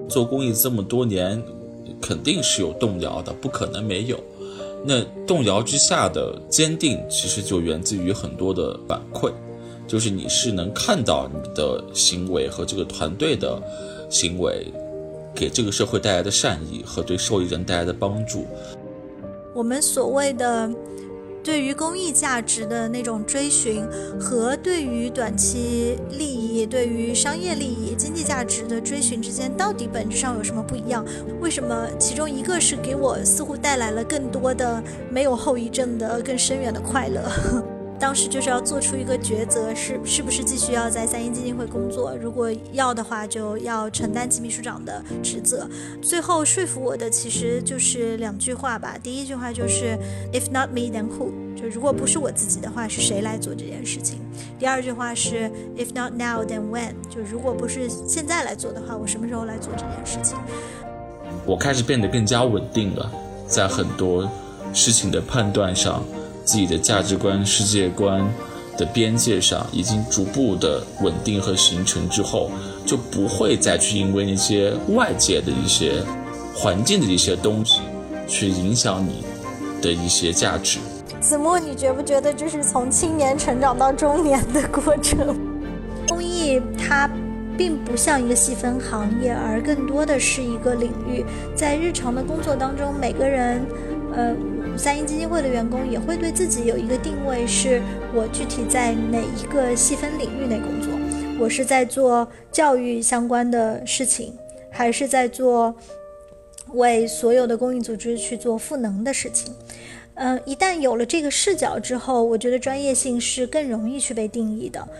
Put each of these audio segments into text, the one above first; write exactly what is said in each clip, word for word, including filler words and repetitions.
做公益这么多年，肯定是有动摇的，不可能没有。那动摇之下的坚定，其实就源自于很多的反馈，就是你是能看到你的行为和这个团队的行为给这个社会带来的善意和对受益人带来的帮助。 我们所谓的对于公益价值的那种追寻和对于短期利益、对于商业利益、经济价值的追寻之间到底本质上有什么不一样？为什么其中一个是给我似乎带来了更多的没有后遗症的更深远的快乐？当时就是要做出一个抉择，是是不是继续要在三一基金会工作，如果要的话就要承担起秘书长的职责。最后说服我的其实就是两句话吧，第一句话就是 If not me then who， 就如果不是我自己的话是谁来做这件事情。第二句话是 If not now then when， 就如果不是现在来做的话，我什么时候来做这件事情。 我开始变得更加稳定了，在很多事情的判断上，自己的价值观、世界观的边界上已经逐步的稳定和形成之后，就不会再去因为那些外界的一些环境的一些东西去影响你的一些价值。 子木，你觉不觉得这是从青年成长到中年的过程？公益它并不像一个细分行业，而更多的是一个领域。在日常的工作当中，每个人呃三一基金会的员工也会对自己有一个定位，是我具体在哪一个细分领域内工作，我是在做教育相关的事情，还是在做为所有的公益组织去做赋能的事情。嗯、呃，一旦有了这个视角之后，我觉得专业性是更容易去被定义的。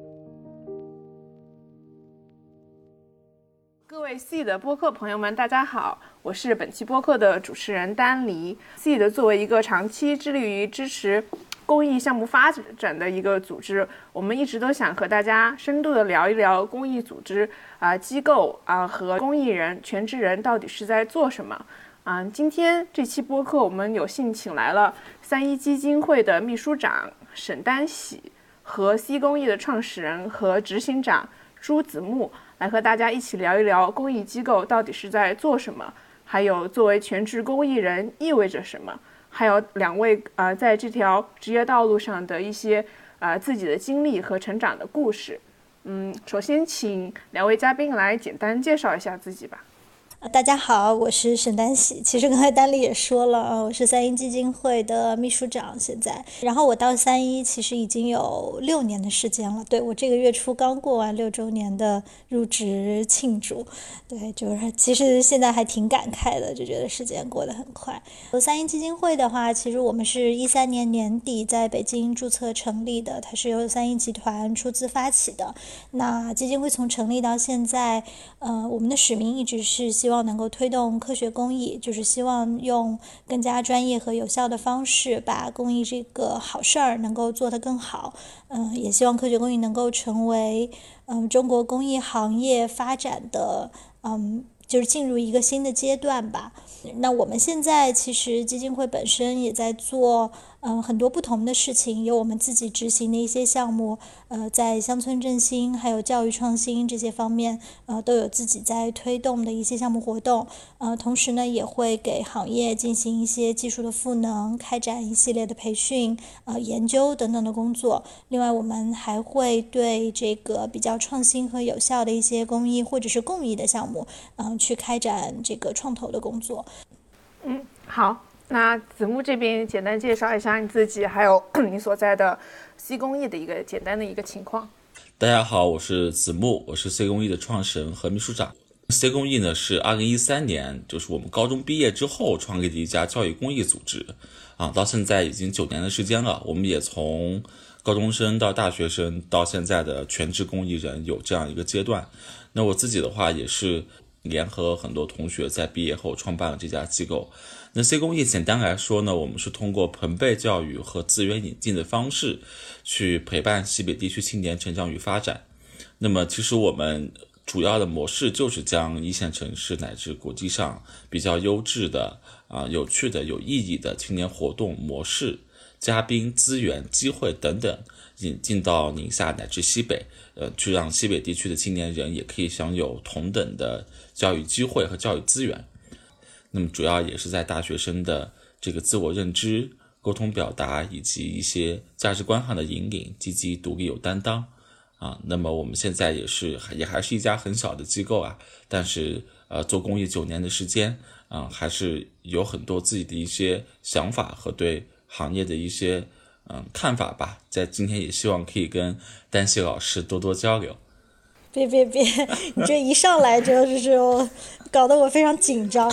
各位 C 的播客朋友们，大家好，我是本期播客的主持人丹黎。C 的作为一个长期致力于支持公益项目发展的一个组织，我们一直都想和大家深度的聊一聊公益组织啊、呃、机构啊、呃、和公益人、全职人到底是在做什么。嗯、呃，今天这期播客我们有幸请来了三一基金会的秘书长沈丹喜和 C 公益的创始人和执行长朱子木，来和大家一起聊一聊公益机构到底是在做什么，还有作为全职公益人意味着什么，还有两位呃在这条职业道路上的一些呃自己的经历和成长的故事。嗯，首先请两位嘉宾来简单介绍一下自己吧。 大家好，我是沈丹喜。其实刚才丹丽也说了，我是三一基金会的秘书长现在。然后我到三一其实已经有六年的时间了，对，我这个月初刚过完六周年的入职庆祝。对，就是其实现在还挺感慨的，就觉得时间过得很快。三一基金会的话，其实我们是一三年年底在北京注册成立的，它是由三一集团出资发起的。那基金会从成立到现在，呃，我们的使命一直是希望希望能够推动科学公益，就是希望用更加专业和有效的方式把公益这个好事儿能够做得更好。嗯、呃，也希望科学公益能够成为嗯、呃、中国公益行业发展的嗯就是进入一个新的阶段吧。那我们现在其实基金会本身也在做嗯、呃、很多不同的事情，有我们自己执行的一些项目，呃，在乡村振兴还有教育创新这些方面，呃，都有自己在推动的一些项目活动。呃，同时呢，也会给行业进行一些技术的赋能，开展一系列的培训、呃研究等等的工作。另外，我们还会对这个比较创新和有效的一些公益或者是公益的项目，嗯、呃，去开展这个创投的工作。 嗯，好。那子木这边简单介绍一下你自己，还有你所在的 C 公益的一个简单的一个情况。 大家好，我是子木，我是 C 公益的创始人和秘书长。C 公益呢是二零一三年，就是我们高中毕业之后创立的一家教育公益组织啊，到现在已经九年的时间了。我们也从高中生到大学生到现在的全职公益人有这样一个阶段。那我自己的话也是联合很多同学在毕业后创办了这家机构。那 C 公益简单来说呢，我们是通过朋辈教育和资源引进的方式去陪伴西北地区青年成长与发展。那么其实我们主要的模式就是将一线城市乃至国际上比较优质的、啊、有趣的、有意义的青年活动模式、嘉宾、资源、机会等等引进到宁夏乃至西北，呃，去让西北地区的青年人也可以享有同等的教育机会和教育资源。那么主要也是在大学生的这个自我认知、沟通表达以及一些价值观上的引领，积极独立有担当啊。那么我们现在也是也还是一家很小的机构啊，但是呃做公益九年的时间啊，还是有很多自己的一些想法和对行业的一些嗯看法吧。在今天也希望可以跟丹西老师多多交流。 别别别，你这一上来就是我搞得我非常紧张。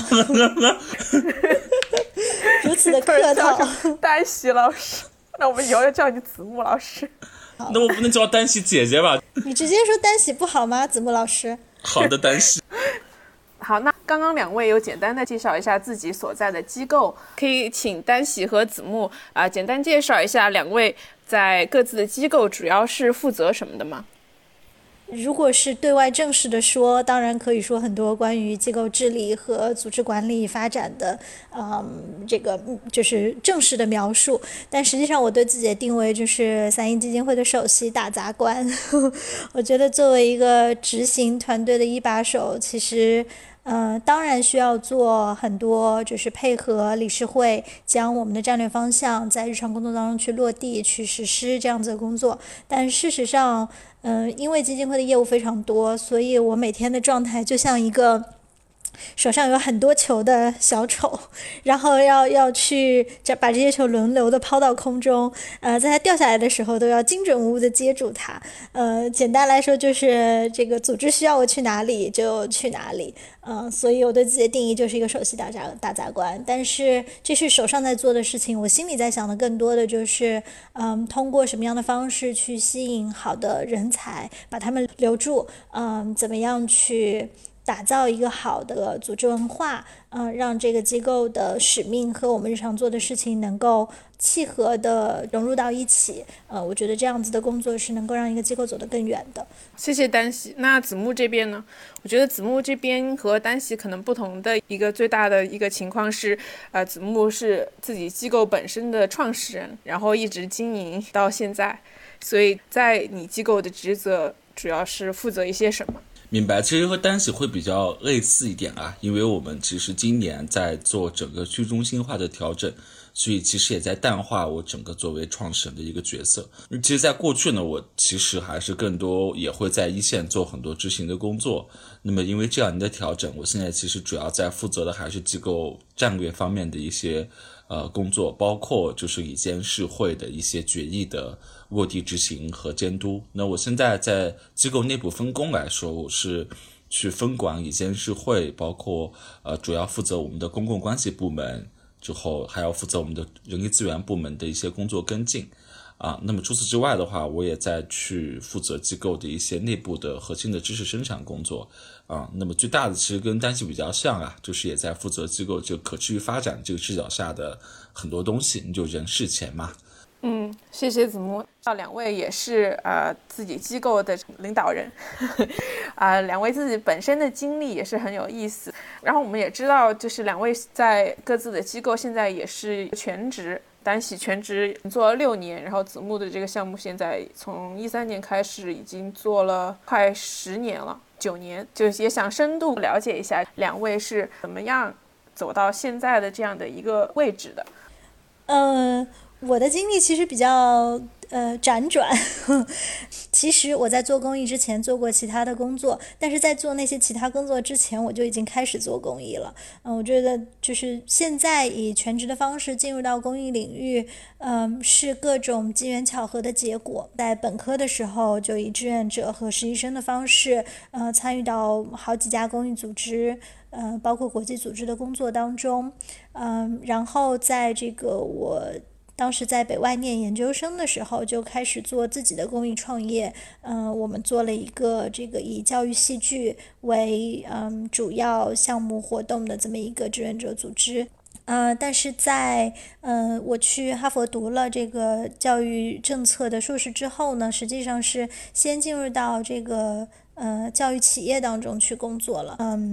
如此的客套。 丹西老师，那我们以后要叫你子木老师。 那我不能叫丹西姐姐吧？ 你直接说丹喜不好吗，子木老师？ 好的，丹西。 好，那刚刚两位有简单的介绍一下自己所在的机构，可以请丹喜和子木啊、呃、简单介绍一下两位在各自的机构主要是负责什么的吗？ 如果是对外正式的说，当然可以说很多关于机构治理和组织管理发展的，嗯，这个就是正式的描述。但实际上，我对自己的定位就是三一基金会的首席打杂官。我觉得作为一个执行团队的一把手，其实。呃，当然需要做很多，就是配合理事会将我们的战略方向在日常工作当中去落地、去实施这样子的工作。但事实上，嗯、呃，因为基金会的业务非常多，所以我每天的状态就像一个手上有很多球的小丑，然后要要去把这些球轮流的抛到空中，呃，在它掉下来的时候都要精准无误的接住它。呃，简单来说就是这个组织需要我去哪里就去哪里。嗯、呃，所以我对自己的定义就是一个首席打杂打杂官。但是这是手上在做的事情，我心里在想的更多的就是，嗯，通过什么样的方式去吸引好的人才，把他们留住，嗯，怎么样去。打造一个好的组织文化，嗯、呃，让这个机构的使命和我们日常做的事情能够契合的融入到一起。呃，我觉得这样子的工作是能够让一个机构走得更远的。 谢谢丹喜。那子木这边呢？我觉得子木这边和丹喜可能不同的一个最大的一个情况是，呃，子木是自己机构本身的创始人，然后一直经营到现在，所以在你机构的职责主要是负责一些什么？ 明白，其实和丹喜会比较类似一点啊，因为我们其实今年在做整个去中心化的调整，所以其实也在淡化我整个作为创始人的一个角色。其实在过去呢，我其实还是更多也会在一线做很多执行的工作。那么因为这两年的调整，我现在其实主要在负责的还是机构战略方面的一些呃工作，包括就是以监事会的一些决议的落地执行和监督。那我现在在机构内部分工来说，我是去分管以监事会，包括呃主要负责我们的公共关系部门，之后还要负责我们的人力资源部门的一些工作跟进啊。那么除此之外的话，我也在去负责机构的一些内部的核心的知识生产工作啊。那么最大的其实跟丹西比较像啊，就是也在负责机构这个可持续发展这个视角下的很多东西，你就人事钱嘛。 嗯，谢谢子木。两位也是呃自己机构的领导人，啊、呃，两位自己本身的经历也是很有意思。然后我们也知道，就是两位在各自的机构现在也是全职，丹喜全职做了六年，然后子木的这个项目现在从一三年开始已经做了快十年了，九年，就也想深度了解一下两位是怎么样走到现在的这样的一个位置的。 嗯、呃。我的经历其实比较呃辗转，其实我在做公益之前做过其他的工作，但是在做那些其他工作之前，我就已经开始做公益了。嗯，我觉得就是现在以全职的方式进入到公益领域，嗯，是各种机缘巧合的结果。在本科的时候，就以志愿者和实习生的方式，呃，参与到好几家公益组织。呃，包括国际组织的工作当中，嗯，然后在这个我。当时在北外念研究生的时候，就开始做自己的公益创业。嗯、呃，我们做了一个这个以教育戏剧为嗯主要项目活动的这么一个志愿者组织。呃，但是在呃我去哈佛读了这个教育政策的硕士之后呢，实际上是先进入到这个呃教育企业当中去工作了。嗯。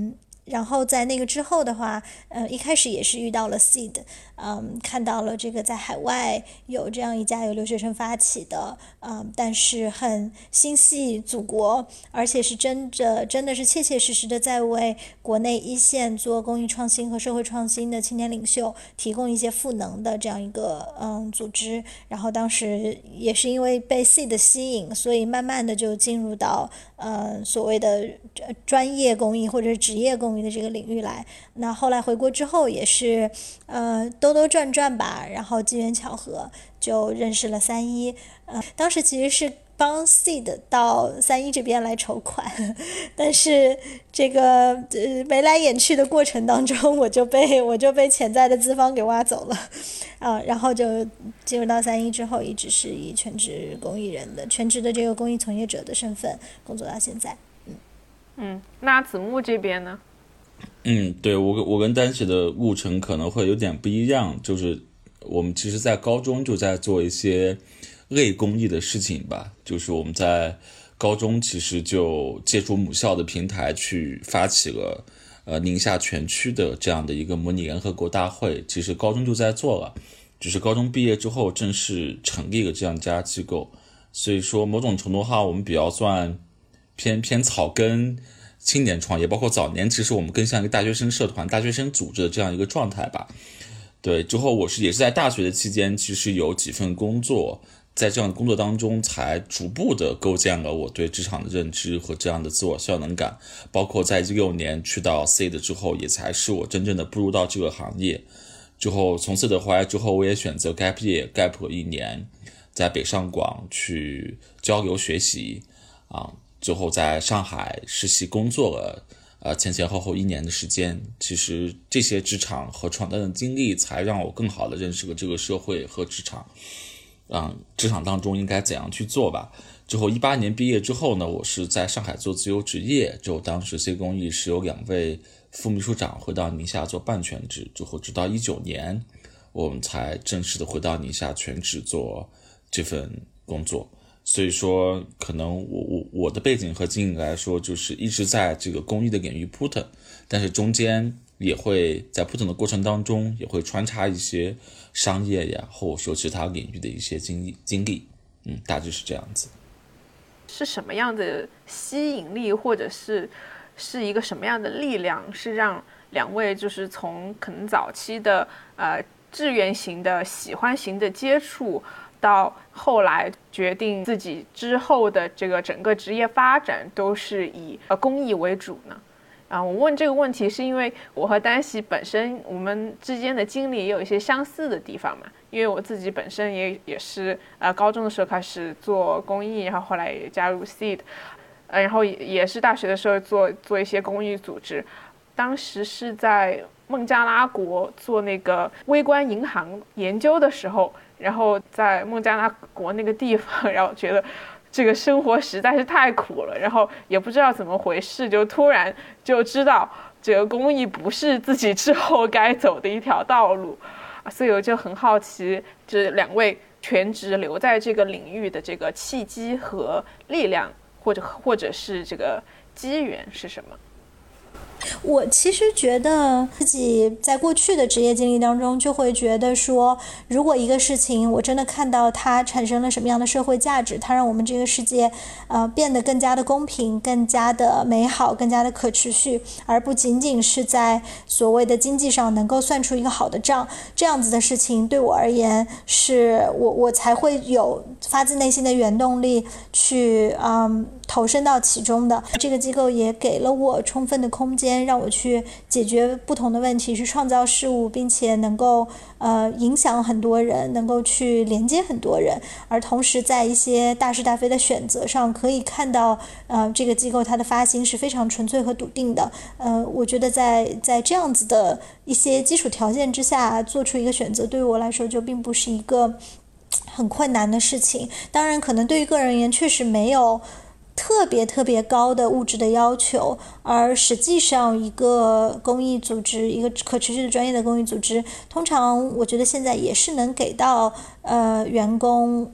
然后在那个之后的话，呃，一开始也是遇到了 seed， 嗯，看到了这个在海外有这样一家由留学生发起的，嗯，但是很心系祖国，而且是真的真的是切切实实的在为国内一线做公益创新和社会创新的青年领袖提供一些赋能的这样一个嗯组织。然后当时也是因为被 seed 吸引，所以慢慢的就进入到呃所谓的专业公益或者是职业公益的这个领域来。那后来回国之后也是呃兜兜转转吧，然后机缘巧合就认识了三一。呃，当时其实是帮 seed 到三一这边来筹款，但是这个呃眉来眼去的过程当中，我就被我就被潜在的资方给挖走了，啊，然后就进入到三一之后，一直是以全职公益人的全职的这个公益从业者的身份工作到现在。嗯嗯，那子木这边呢？ 嗯，对，我我跟丹姐的路程可能会有点不一样，就是我们其实在高中就在做一些类公益的事情吧，就是我们在高中其实就借助母校的平台去发起了呃宁夏全区的这样的一个模拟联合国大会，其实高中就在做了，只是高中毕业之后正式成立了这样一家机构，所以说某种程度上我们比较算偏偏草根青年创业，包括早年其实我们更像一个大学生社团、大学生组织的这样一个状态吧。对，之后我是也是在大学的期间，其实有几份工作，在这样的工作当中才逐步的构建了我对职场的认知和这样的自我效能感，包括在一六年去到 seed 之后，也才是我真正的步入到这个行业。之后从 seed 回来之后，我也选择 gap year gap 了一年，在北上广去交流学习啊，最后在上海实习工作了呃，前前后后一年的时间，其实这些职场和闯荡的经历才让我更好的认识了这个社会和职场，嗯，职场当中应该怎样去做吧。之后一八年毕业之后呢，我是在上海做自由职业，就当时 C 公益是有两位副秘书长回到宁夏做半全职，之后直到一九年我们才正式的回到宁夏全职做这份工作。所以说可能我我我的背景和经历来说，就是一直在这个公益的领域扑腾，但是中间也会在扑腾的过程当中也会穿插一些商业呀或者说其他领域的一些经历经历嗯，大致是这样子。 是什么样的吸引力，或者是是一个什么样的力量，是让两位就是从可能早期的呃志愿型的喜欢型的接触，到后来决定自己之后的这个整个职业发展都是以呃公益为主呢？啊，我问这个问题是因为我和丹喜本身我们之间的经历也有一些相似的地方嘛，因为我自己本身也也是呃高中的时候开始做公益，然后后来也加入 seed， 呃，然后也是大学的时候做做一些公益组织，当时是在孟加拉国做那个微观银行研究的时候，然后在孟加拉国那个地方，然后觉得这个生活实在是太苦了，然后也不知道怎么回事，就突然就知道这个公益不是自己之后该走的一条道路，所以我就很好奇，这两位全职留在这个领域的这个契机和力量，或者或者是这个机缘是什么？ 我其实觉得自己在过去的职业经历当中，就会觉得说，如果一个事情我真的看到它产生了什么样的社会价值，它让我们这个世界呃变得更加的公平，更加的美好，更加的可持续，而不仅仅是在所谓的经济上能够算出一个好的账，这样子的事情对我而言，是我我才会有发自内心的原动力去嗯投身到其中的。这个机构也给了我充分的空间，让我去解决不同的问题，去创造事物，并且能够呃影响很多人，能够去连接很多人，而同时在一些大是大非的选择上，可以看到呃这个机构它的发心是非常纯粹和笃定的。呃，我觉得在在这样子的一些基础条件之下做出一个选择，对于我来说就并不是一个很困难的事情。当然可能对于个人而言确实没有特别特别高的物质的要求，而实际上一个公益组织，一个可持续的专业的公益组织，通常我觉得现在也是能给到呃员工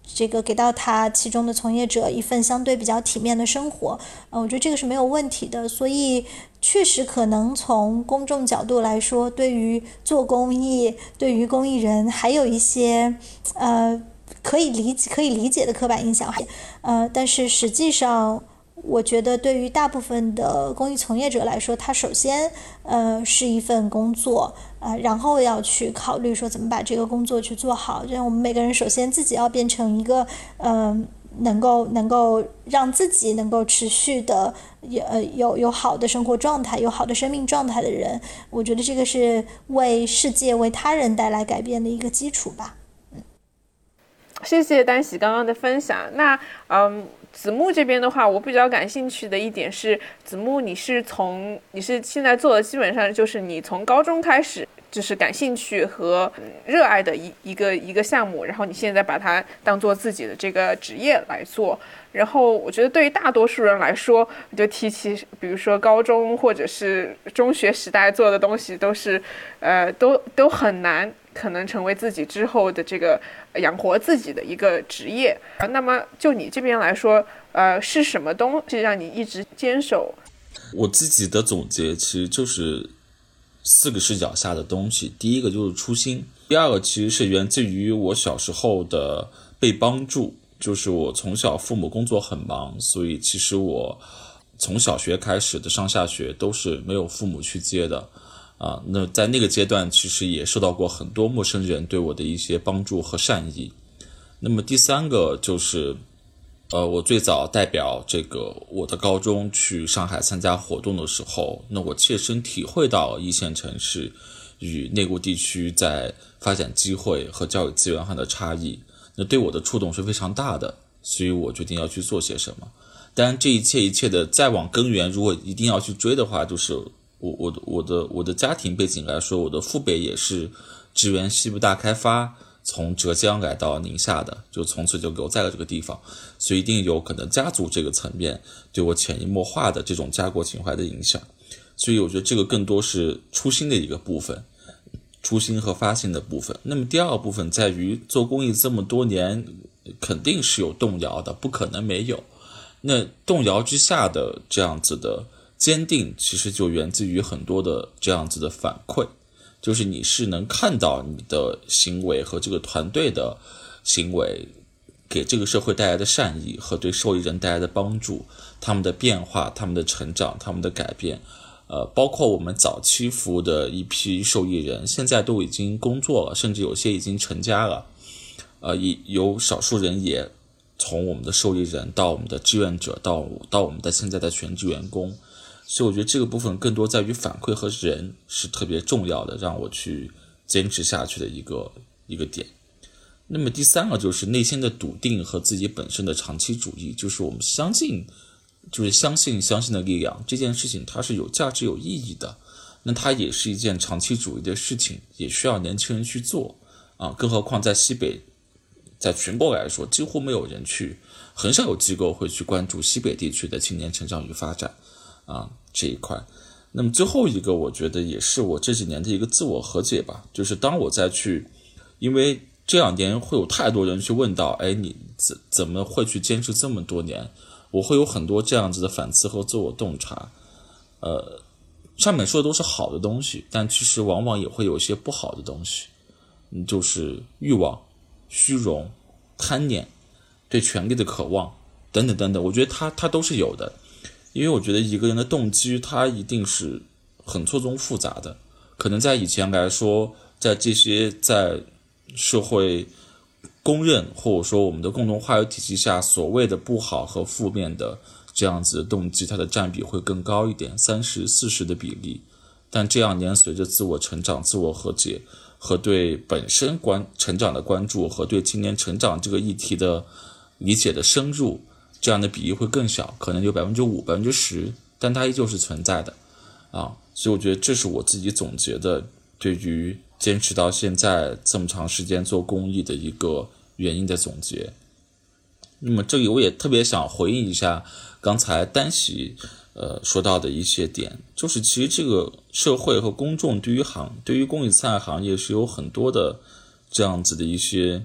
这个给到他其中的从业者一份相对比较体面的生活，呃，我觉得这个是没有问题的。所以确实可能从公众角度来说，对于做公益，对于公益人还有一些呃可以理解可以理解的刻板印象，呃，但是实际上我觉得对于大部分的公益从业者来说，他首先呃是一份工作，呃，然后要去考虑说怎么把这个工作去做好。这样我们每个人首先自己要变成一个呃能够能够让自己能够持续的有呃有有好的生活状态，有好的生命状态的人。我觉得这个是为世界为他人带来改变的一个基础吧。嗯， 谢谢丹喜刚刚的分享。那嗯。子木这边的话，我比较感兴趣的一点是，子木你是从你是现在做的基本上就是你从高中开始就是感兴趣和热爱的一一个一个项目，然后你现在把它当做自己的这个职业来做。然后我觉得对于大多数人来说，就提起比如说高中或者是中学时代做的东西，都是呃都都很难可能成为自己之后的这个养活自己的一个职业。那么就你这边来说，呃，是什么东西让你一直坚守？ 我自己的总结其实就是四个视角下的东西。第一个就是初心，第二个其实是源自于我小时候的被帮助，就是我从小父母工作很忙，所以其实我从小学开始的上下学都是没有父母去接的。啊，那在那个阶段其实也受到过很多陌生人对我的一些帮助和善意。那么第三个就是呃，我最早代表这个我的高中去上海参加活动的时候，那我切身体会到一线城市与内陆地区在发展机会和教育资源上的差异，那对我的触动是非常大的，所以我决定要去做些什么。当然这一切一切的再往根源，如果一定要去追的话，就是我我的我的我的家庭背景来说，我的父辈也是支援西部大开发，从浙江来到宁夏的，就从此就留在了这个地方，所以一定有可能家族这个层面对我潜移默化的这种家国情怀的影响。所以我觉得这个更多是初心的一个部分，初心和发心的部分。那么第二个部分在于做公益这么多年肯定是有动摇的，不可能没有。那动摇之下的这样子的坚定，其实就源自于很多的这样子的反馈，就是你是能看到你的行为和这个团队的行为给这个社会带来的善意和对受益人带来的帮助，他们的变化，他们的成长，他们的改变。呃，包括我们早期服务的一批受益人，现在都已经工作了，甚至有些已经成家了。呃，有少数人也从我们的受益人到我们的志愿者，到到我们的现在的全职员工。所以我觉得这个部分更多在于反馈和人是特别重要的，让我去坚持下去的一个一个点。那么第三个就是内心的笃定和自己本身的长期主义，就是我们相信就是相信相信的力量，这件事情它是有价值有意义的，那它也是一件长期主义的事情，也需要年轻人去做啊。更何况在西北，在全国来说几乎没有人去，很少有机构会去关注西北地区的青年成长与发展啊这一块。那么最后一个我觉得也是我这几年的一个自我和解吧，就是当我再去，因为这两年会有太多人去问到，哎，你怎怎么会去坚持这么多年？我会有很多这样子的反思和自我洞察。呃，上面说的都是好的东西，但其实往往也会有一些不好的东西，嗯，就是欲望、虚荣、贪念、对权力的渴望等等等等，我觉得它它都是有的。因为我觉得一个人的动机它一定是很错综复杂的，可能在以前来说，在这些在社会公认或者说我们的共同话语体系下所谓的不好和负面的这样子的动机，它的占比会更高一点，三十四十的比例。但这两年随着自我成长、自我和解和对本身关成长的关注和对青年成长这个议题的理解的深入，这样的比例会更小，可能有 百分之五、百分之十， 但它依旧是存在的啊。所以我觉得这是我自己总结的对于坚持到现在这么长时间做公益的一个原因的总结。那么这里我也特别想回应一下刚才丹喜呃说到的一些点，就是其实这个社会和公众对于行对于公益慈善行业是有很多的这样子的一些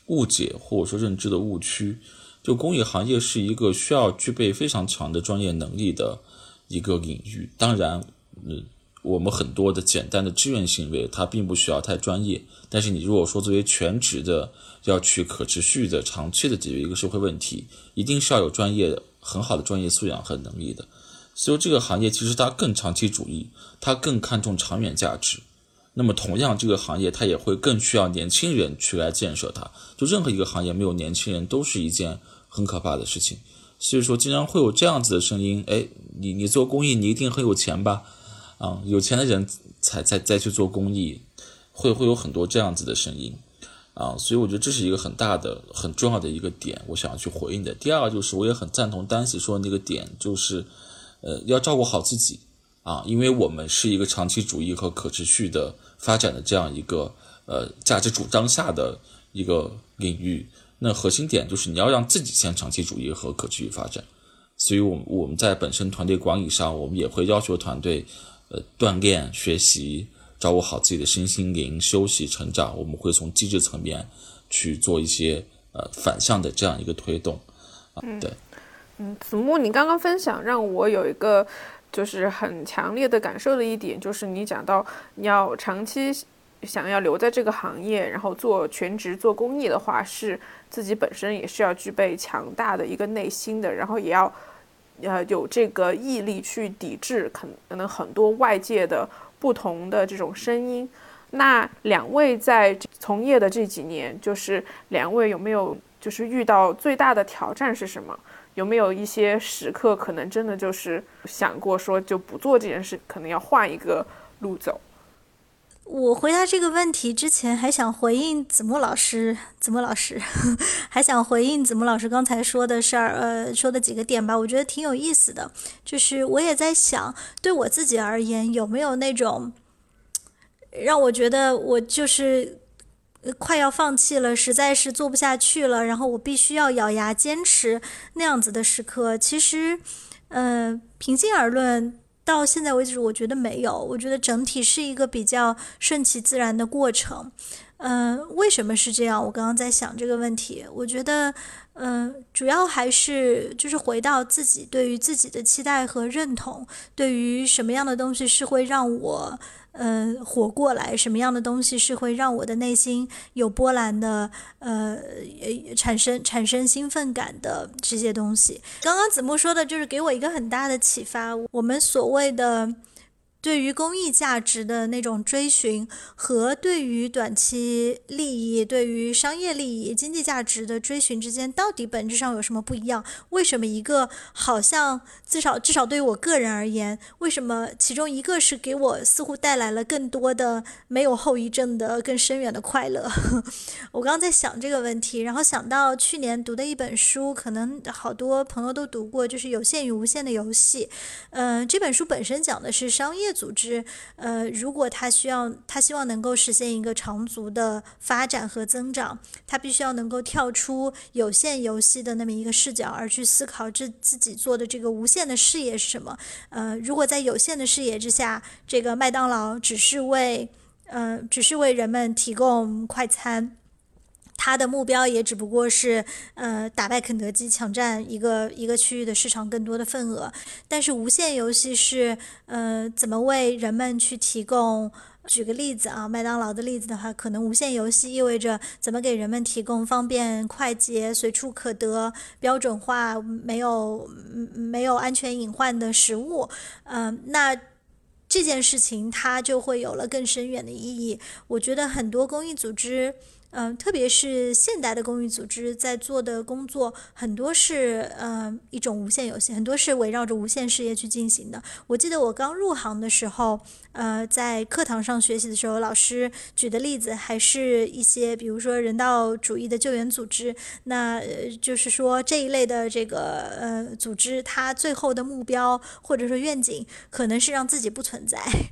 误解或者说认知的误区。就公益行业是一个需要具备非常强的专业能力的一个领域，当然，嗯，我们很多的简单的志愿行为它并不需要太专业，但是你如果说作为全职的要去可持续的长期的解决一个社会问题，一定是要有专业很好的专业素养和能力的。所以这个行业其实它更长期主义，它更看重长远价值。那么同样这个行业它也会更需要年轻人去来建设它，就任何一个行业没有年轻人都是一件很可怕的事情。所以说经常会有这样子的声音，哎，你你做公益你一定很有钱吧？啊，有钱的人才才再去做公益，会会有很多这样子的声音啊，所以我觉得这是一个很大的很重要的一个点，我想要去回应的。第二个就是我也很赞同丹喜说的那个点，就是呃要照顾好自己啊，因为我们是一个长期主义和可持续的发展的这样一个呃价值主张下的一个领域，那核心点就是你要让自己先长期主义和可持续发展。所以我们我们在本身团队管理上，我们也会要求团队呃锻炼学习，照顾好自己的身心灵，休息成长，我们会从机制层面去做一些呃反向的这样一个推动啊。对， 嗯，子木你刚刚分享让我有一个就是很强烈的感受的一点，就是你讲到你要长期想要留在这个行业，然后做全职做公益的话，是自己本身也是要具备强大的一个内心的，然后也要呃有这个毅力去抵制可能很多外界的不同的这种声音。那两位在从业的这几年，就是两位有没有就是遇到最大的挑战是什么？有没有一些时刻可能真的就是想过说就不做这件事，可能要换一个路走？ 我回答这个问题之前，还想回应子木老师，子木老师还想回应子木老师刚才说的事儿，呃，说的几个点吧，我觉得挺有意思的。就是我也在想，对我自己而言，有没有那种让我觉得我就是快要放弃了，实在是做不下去了，然后我必须要咬牙坚持那样子的时刻。其实，呃，平心而论，到现在为止，我觉得没有。我觉得整体是一个比较顺其自然的过程。嗯、呃，为什么是这样？我刚刚在想这个问题。我觉得，嗯、呃，主要还是就是回到自己对于自己的期待和认同，对于什么样的东西是会让我。呃，活过来，什么样的东西是会让我的内心有波澜的，呃，产生产生兴奋感的这些东西。刚刚子木说的就是给我一个很大的启发，我们所谓的对于公益价值的那种追寻和对于短期利益、对于商业利益、经济价值的追寻之间，到底本质上有什么不一样？为什么一个好像至少至少对于我个人而言，为什么其中一个是给我似乎带来了更多的没有后遗症的更深远的快乐？我刚刚在想这个问题，然后想到去年读的一本书，可能好多朋友都读过，就是《有限与无限的游戏》。呃，这本书本身讲的是商业组织，呃，如果它需要，它希望能够实现一个长足的发展和增长，它必须要能够跳出有限游戏的那么一个视角，而去思考这自己做的这个无限的事业是什么。呃，如果在有限的视野之下，这个麦当劳只是为，呃，只是为人们提供快餐。他的目标也只不过是，呃，打败肯德基，抢占一个一个区域的市场更多的份额。但是无限游戏是，呃，怎么为人们去提供？举个例子啊，麦当劳的例子的话，可能无限游戏意味着怎么给人们提供方便、快捷、随处可得、标准化、没有没有安全隐患的食物。嗯、呃，那。这件事情它就会有了更深远的意义。我觉得很多公益组织。嗯、呃，特别是现代的公益组织在做的工作，很多是呃一种无限游戏，很多是围绕着无限事业去进行的。我记得我刚入行的时候，呃，在课堂上学习的时候，老师举的例子还是一些，比如说人道主义的救援组织。那、呃、就是说这一类的这个呃组织，它最后的目标或者说愿景，可能是让自己不存在。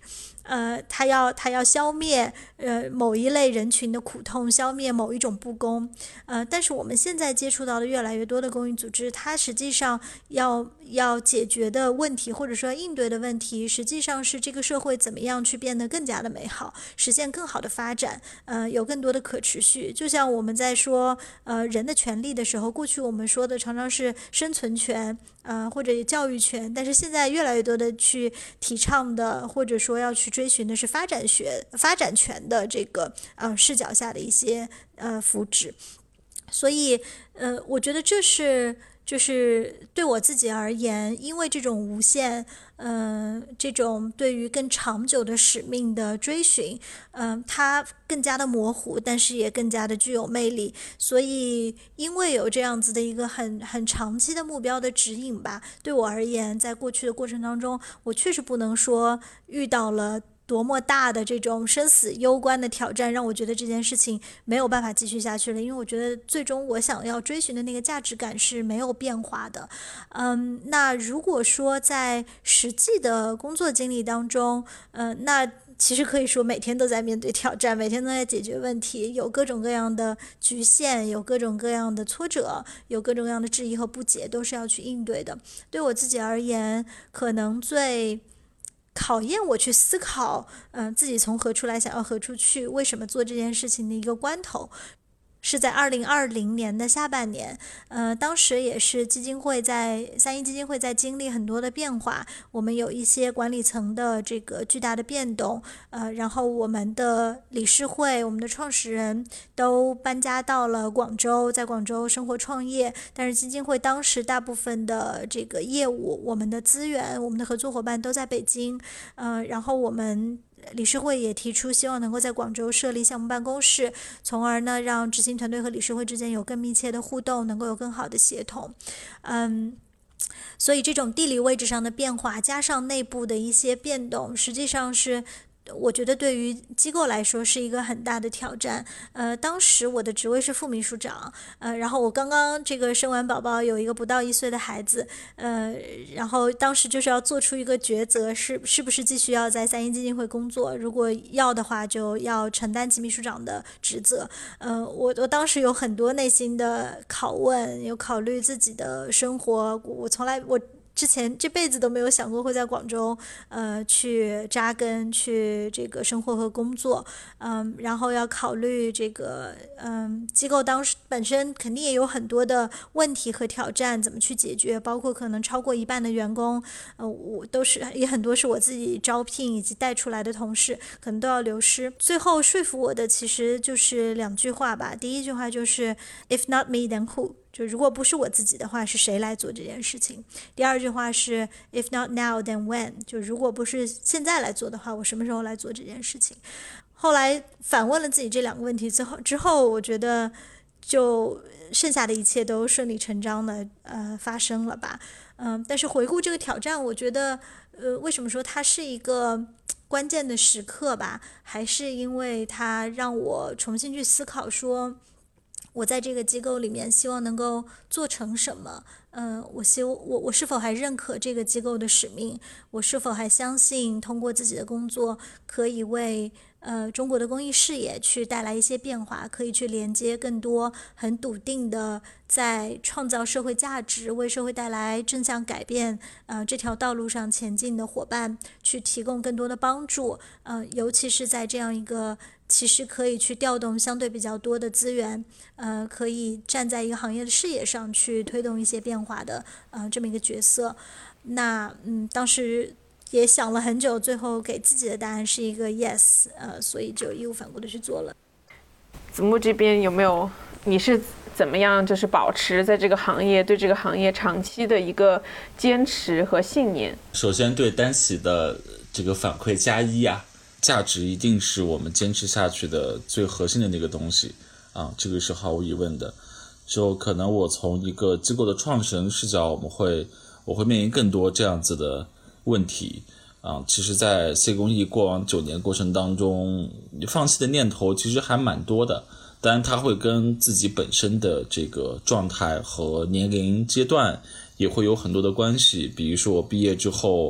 呃，他要他要消灭呃某一类人群的苦痛，消灭某一种不公，呃，但是我们现在接触到的越来越多的公益组织，它实际上要要解决的问题，或者说应对的问题，实际上是这个社会怎么样去变得更加的美好，实现更好的发展，呃，有更多的可持续。就像我们在说呃人的权利的时候，过去我们说的常常是生存权，呃或者教育权，但是现在越来越多的去提倡的，或者说要去追寻的是发展学、发展权的这个呃视角下的一些呃福祉。所以呃，我觉得这是就是对我自己而言，因为这种无限嗯、呃，这种对于更长久的使命的追寻，嗯、呃，它更加的模糊，但是也更加的具有魅力。所以，因为有这样子的一个很很长期的目标的指引吧，对我而言，在过去的过程当中，我确实不能说遇到了多么大的这种生死攸关的挑战，让我觉得这件事情没有办法继续下去了。因为我觉得最终我想要追寻的那个价值感是没有变化的。嗯，那如果说在实际的工作经历当中，嗯、呃，那其实可以说每天都在面对挑战，每天都在解决问题，有各种各样的局限，有各种各样的挫折，有各种各样的质疑和不解，都是要去应对的。对我自己而言，可能最考验我去思考，嗯、呃，自己从何处来，想要何处去，为什么做这件事情的一个关头，是在二零二零年的下半年，呃，当时也是基金会在三一基金会在经历很多的变化，我们有一些管理层的这个巨大的变动，呃，然后我们的理事会、我们的创始人都搬家到了广州，在广州生活创业，但是基金会当时大部分的这个业务、我们的资源、我们的合作伙伴都在北京，呃，然后我们理事会也提出希望能够在广州设立项目办公室，从而呢让执行团队和理事会之间有更密切的互动，能够有更好的协同。嗯，所以这种地理位置上的变化，加上内部的一些变动，实际上是我觉得对于机构来说是一个很大的挑战。呃，当时我的职位是副秘书长，呃，然后我刚刚这个生完宝宝，有一个不到一岁的孩子，呃，然后当时就是要做出一个抉择，是是不是继续要在三一基金会工作？如果要的话，就要承担起秘书长的职责。呃，我我当时有很多内心的拷问，有考虑自己的生活，我从来我。之前这辈子都没有想过会在广州，呃，去扎根，去这个生活和工作，嗯，然后要考虑这个，嗯，机构当时本身肯定也有很多的问题和挑战，怎么去解决？包括可能超过一半的员工，呃，我都是也很多是我自己招聘以及带出来的同事，可能都要流失。最后说服我的其实就是两句话吧，第一句话就是 "If not me, then who?" 就如果不是我自己的话，是谁来做这件事情？第二句话是 "If not now, then when?" 就如果不是现在来做的话，我什么时候来做这件事情？后来反问了自己这两个问题之后，之后我觉得就剩下的一切都顺理成章的呃发生了吧。嗯、呃，但是回顾这个挑战，我觉得呃为什么说它是一个关键的时刻吧？还是因为它让我重新去思考说，我在这个机构里面希望能够做成什么？嗯、呃，我希我我是否还认可这个机构的使命？我是否还相信通过自己的工作可以为呃中国的公益事业去带来一些变化，可以去连接更多很笃定的在创造社会价值、为社会带来正向改变呃这条道路上前进的伙伴，去提供更多的帮助。呃，尤其是在这样一个其实可以去调动相对比较多的资源，呃，可以站在一个行业的视野上去推动一些变化的呃这么一个角色。那嗯，当时也想了很久，最后给自己的答案是一个 yes， 呃，所以就义无反顾的去做了。 子木这边有没有，你是怎么样就是保持在这个行业对这个行业长期的一个坚持和信念？ 首先对丹喜的这个反馈加一啊，价值一定是我们坚持下去的最核心的那个东西啊，这个是毫无疑问的。就可能我从一个机构的创始人视角，我们会我会面临更多这样子的问题啊。其实在 C 公益过往九年过程当中，放弃的念头其实还蛮多的，当然它会跟自己本身的这个状态和年龄阶段也会有很多的关系。比如说我毕业之后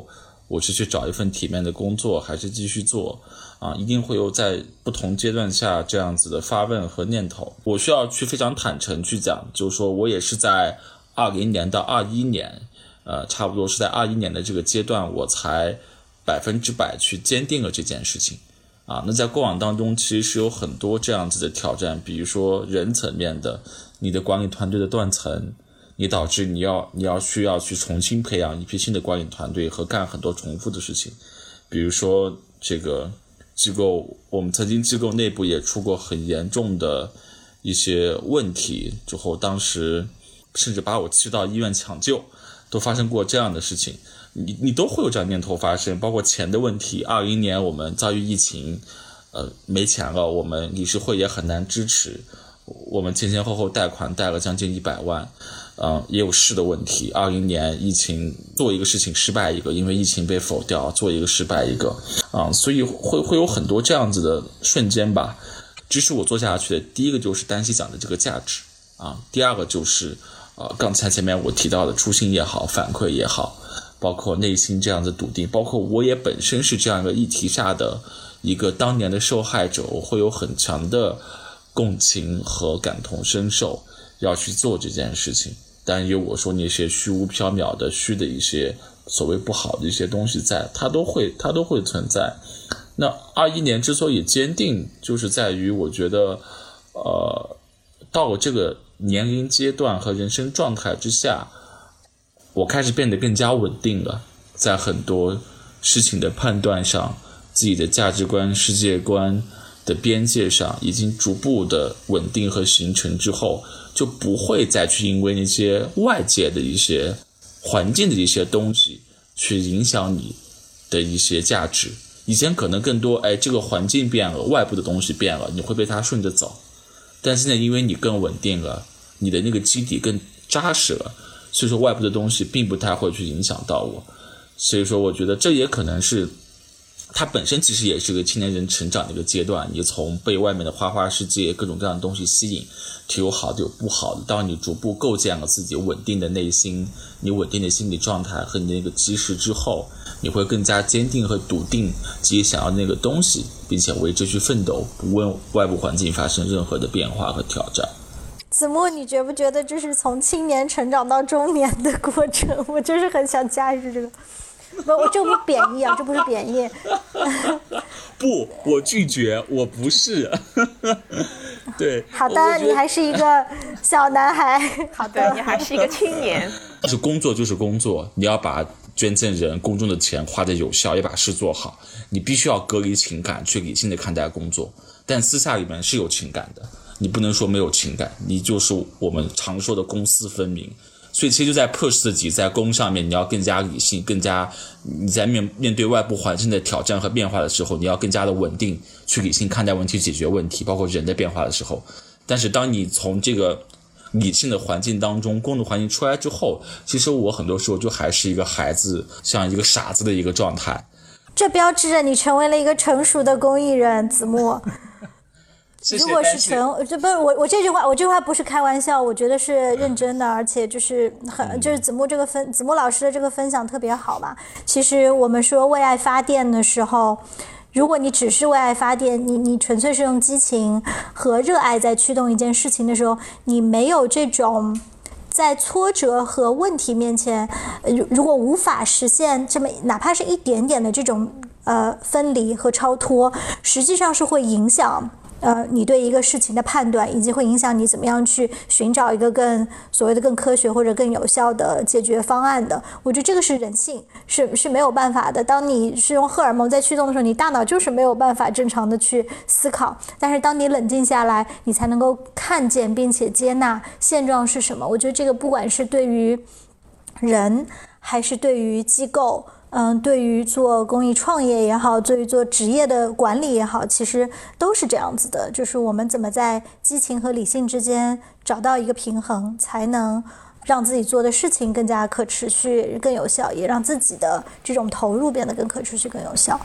我是去找一份体面的工作，还是继续做啊？一定会有在不同阶段下这样子的发问和念头。我需要去非常坦诚去讲，就是说我也是在二零年到二一年，呃，差不多是在二一年的这个阶段，我才百分之百去坚定了这件事情啊。那在过往当中，其实是有很多这样子的挑战，比如说人层面的，你的管理团队的断层。你导致你要你要需要去重新培养一批新的管理团队和干很多重复的事情，比如说这个机构，我们曾经机构内部也出过很严重的一些问题，之后当时甚至把我气到医院抢救，都发生过这样的事情，你你都会有这样念头发生，包括钱的问题。二零年我们遭遇疫情，呃，没钱了，我们理事会也很难支持，我们前前后后贷款贷了将近一百万。嗯，也有事的问题。二零年疫情做一个事情失败一个，因为疫情被否掉，做一个失败一个，啊、嗯，所以会会有很多这样子的瞬间吧。支持我做下去的，第一个就是丹西讲的这个价值啊，第二个就是呃，刚才前面我提到的初心也好，反馈也好，包括内心这样的笃定，包括我也本身是这样一个议题下的一个当年的受害者，我会有很强的共情和感同身受，要去做这件事情。但有我说那些虚无缥缈的虚的一些所谓不好的一些东西在，它都会它都会存在。那二一年之所以坚定，就是在于我觉得呃到了这个年龄阶段和人生状态之下，我开始变得更加稳定了，在很多事情的判断上，自己的价值观世界观的边界上已经逐步的稳定和形成之后，就不会再去因为那些外界的一些环境的一些东西去影响你的一些价值。以前可能更多，哎，这个环境变了，外部的东西变了，你会被它顺着走。但现在因为你更稳定了，你的那个基底更扎实了，所以说外部的东西并不太会去影响到我。所以说我觉得这也可能是它本身其实也是个青年人成长的一个阶段，你从被外面的花花世界各种各样的东西吸引，有好的有不好的，当你逐步构建了自己稳定的内心，你稳定的心理状态和你的那个基石之后，你会更加坚定和笃定自己想要的那个东西，并且为之去奋斗，不问外部环境发生任何的变化和挑战。 子木，你觉不觉得这是从青年成长到中年的过程？我真是很想加一句这个。不，这不贬义啊，这不是贬义。 不，我拒绝，我不是。对， 好的，你还是一个小男孩。好的， 你还是一个青年。 就是工作就是工作，你要把捐赠人公众的钱花得有效，也把事做好。你必须要隔离情感，去理性的看待工作。但私下里面是有情感的，你不能说没有情感，你就是我们常说的公私分明。所以其实就在 push 自己，在工上面你要更加理性，更加你在面面对外部环境的挑战和变化的时候，你要更加的稳定，去理性看待问题，解决问题，包括人的变化的时候。但是当你从这个理性的环境当中，工作环境出来之后，其实我很多时候就还是一个孩子，像一个傻子的一个状态。 这标志着你成为了一个成熟的公益人，子木。如果是成，这不是我，我这句话，我这句话不是开玩笑，我觉得是认真的，而且就是很，就是子木这个分，子木老师的这个分享特别好吧。其实我们说为爱发电的时候，如果你只是为爱发电，你你纯粹是用激情和热爱在驱动一件事情的时候，你没有这种在挫折和问题面前，如果无法实现这么哪怕是一点点的这种呃分离和超脱，实际上是会影响呃，你对一个事情的判断，以及会影响你怎么样去寻找一个更所谓的更科学或者更有效的解决方案的。我觉得这个是人性，是是没有办法的。当你是用荷尔蒙在驱动的时候，你大脑就是没有办法正常的去思考。但是当你冷静下来，你才能够看见并且接纳现状是什么。我觉得这个不管是对于人，还是对于机构，嗯，对于做公益创业也好，对于做职业的管理也好，其实都是这样子的，就是我们怎么在激情和理性之间找到一个平衡，才能让自己做的事情更加可持续、更有效，也让自己的这种投入变得更可持续、更有效。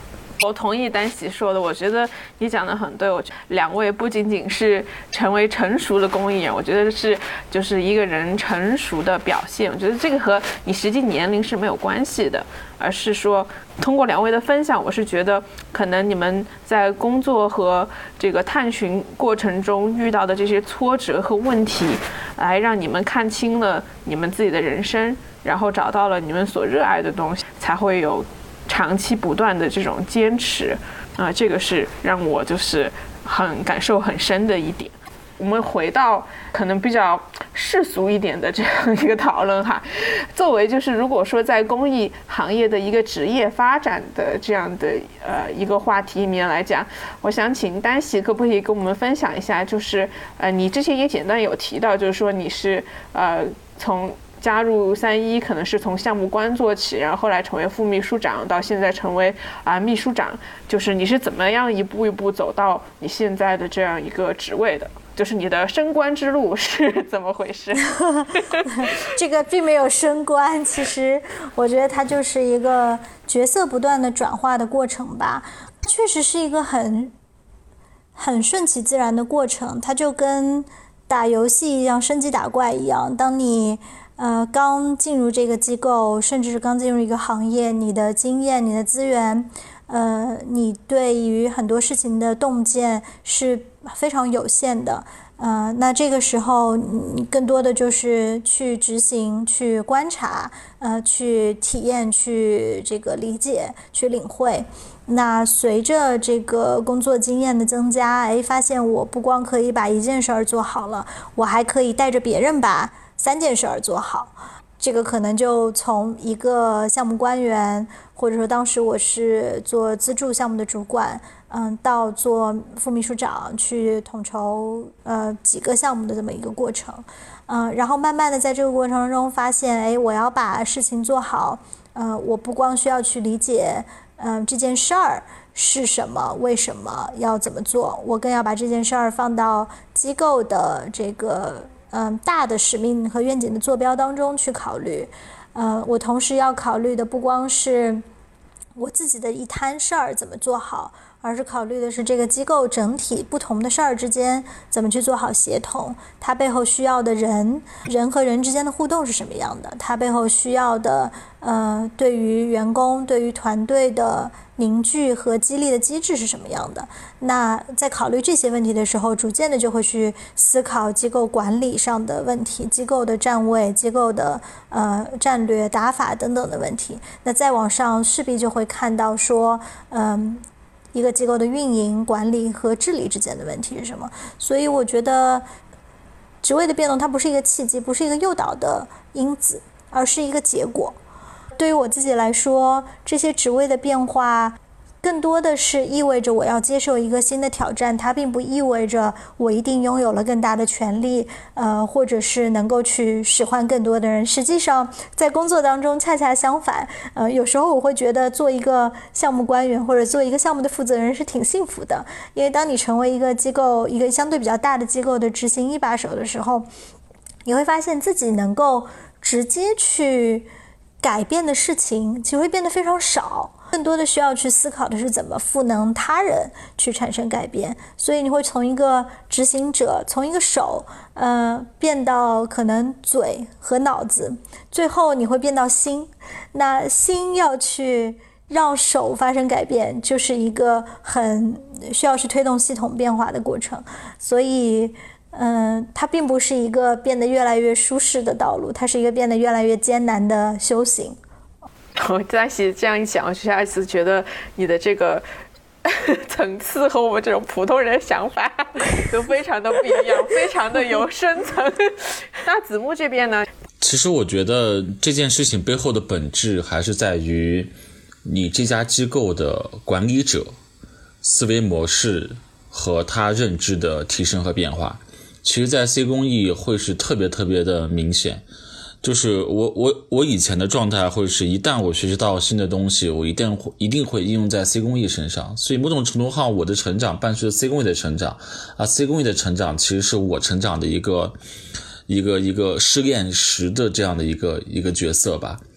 我同意丹喜说的，我觉得你讲的很对。我觉得两位不仅仅是成为成熟的公益人，我觉得是就是一个人成熟的表现。我觉得这个和你实际年龄是没有关系的，而是说通过两位的分享，我是觉得可能你们在工作和这个探寻过程中遇到的这些挫折和问题，来让你们看清了你们自己的人生，然后找到了你们所热爱的东西，才会有长期不断的这种坚持啊、呃，这个是让我就是很感受很深的一点。我们回到可能比较世俗一点的这样一个讨论哈，作为就是如果说在公益行业的一个职业发展的这样的呃一个话题里面来讲，我想请丹喜可不可以跟我们分享一下，就是呃你之前也简单有提到，就是说你是呃从加入三一可能是从项目官做起，然后后来成为副秘书长，到现在成为啊、呃、秘书长，就是你是怎么样一步一步走到你现在的这样一个职位的？就是你的升官之路是怎么回事？ 这个并没有升官，其实我觉得它就是一个角色不断的转化的过程吧。确实是一个很很顺其自然的过程，它就跟打游戏一样，升级打怪一样。当你呃刚进入这个机构，甚至是刚进入一个行业，你的经验、你的资源，呃，你对于很多事情的洞见是非常有限的。呃，那这个时候你更多的就是去执行、去观察、呃，去体验、去这个理解、去领会。那随着这个工作经验的增加，哎，发现我不光可以把一件事儿做好了，我还可以带着别人把三件事儿做好。这个可能就从一个项目官员，或者说当时我是做资助项目的主管，嗯，到做副秘书长，去统筹呃几个项目的这么一个过程，嗯，然后慢慢的在这个过程中发现，哎，我要把事情做好，呃，我不光需要去理解，嗯、呃，这件事儿是什么，为什么要怎么做，我更要把这件事儿放到机构的这个。嗯，大的使命和愿景的坐标当中去考虑，呃，我同时要考虑的不光是我自己的一摊事儿怎么做好，而是考虑的是这个机构整体不同的事儿之间怎么去做好协同，它背后需要的人，人和人之间的互动是什么样的，它背后需要的，呃，对于员工、对于团队的凝聚和激励的机制是什么样的。那在考虑这些问题的时候，逐渐的就会去思考机构管理上的问题，机构的站位、机构的呃战略打法等等的问题。那再往上势必就会看到说，嗯、呃，一个机构的运营、管理和治理之间的问题是什么。所以我觉得职位的变动它不是一个契机，不是一个诱导的因子，而是一个结果。对于我自己来说，这些职位的变化更多的是意味着我要接受一个新的挑战，它并不意味着我一定拥有了更大的权利，呃，或者是能够去使唤更多的人。实际上在工作当中恰恰相反，呃，有时候我会觉得做一个项目官员或者做一个项目的负责人是挺幸福的，因为当你成为一个机构一个相对比较大的机构的执行一把手的时候，你会发现自己能够直接去改变的事情其实会变得非常少，更多的需要去思考的是怎么赋能他人去产生改变。所以你会从一个执行者，从一个手呃，变到可能嘴和脑子，最后你会变到心。那心要去让手发生改变，就是一个很需要去推动系统变化的过程。所以嗯，它并不是一个变得越来越舒适的道路，它是一个变得越来越艰难的修行。 我在这样一想，我下一次觉得你的这个层次和我们这种普通人的想法都非常的不一样，非常的有深层。那子木这边呢？ 其实我觉得这件事情背后的本质还是在于你这家机构的管理者思维模式和他认知的提升和变化。其实在 C 公益会是特别特别的明显，就是我我我以前的状态会是一旦我学习到新的东西，我一定会一定会应用在 C 公益身上，所以某种程度上我的成长伴随着 C 公益的成长啊 ，C 公益的成长其实是我成长的一个一个一个试炼石的这样的一个一个角色吧。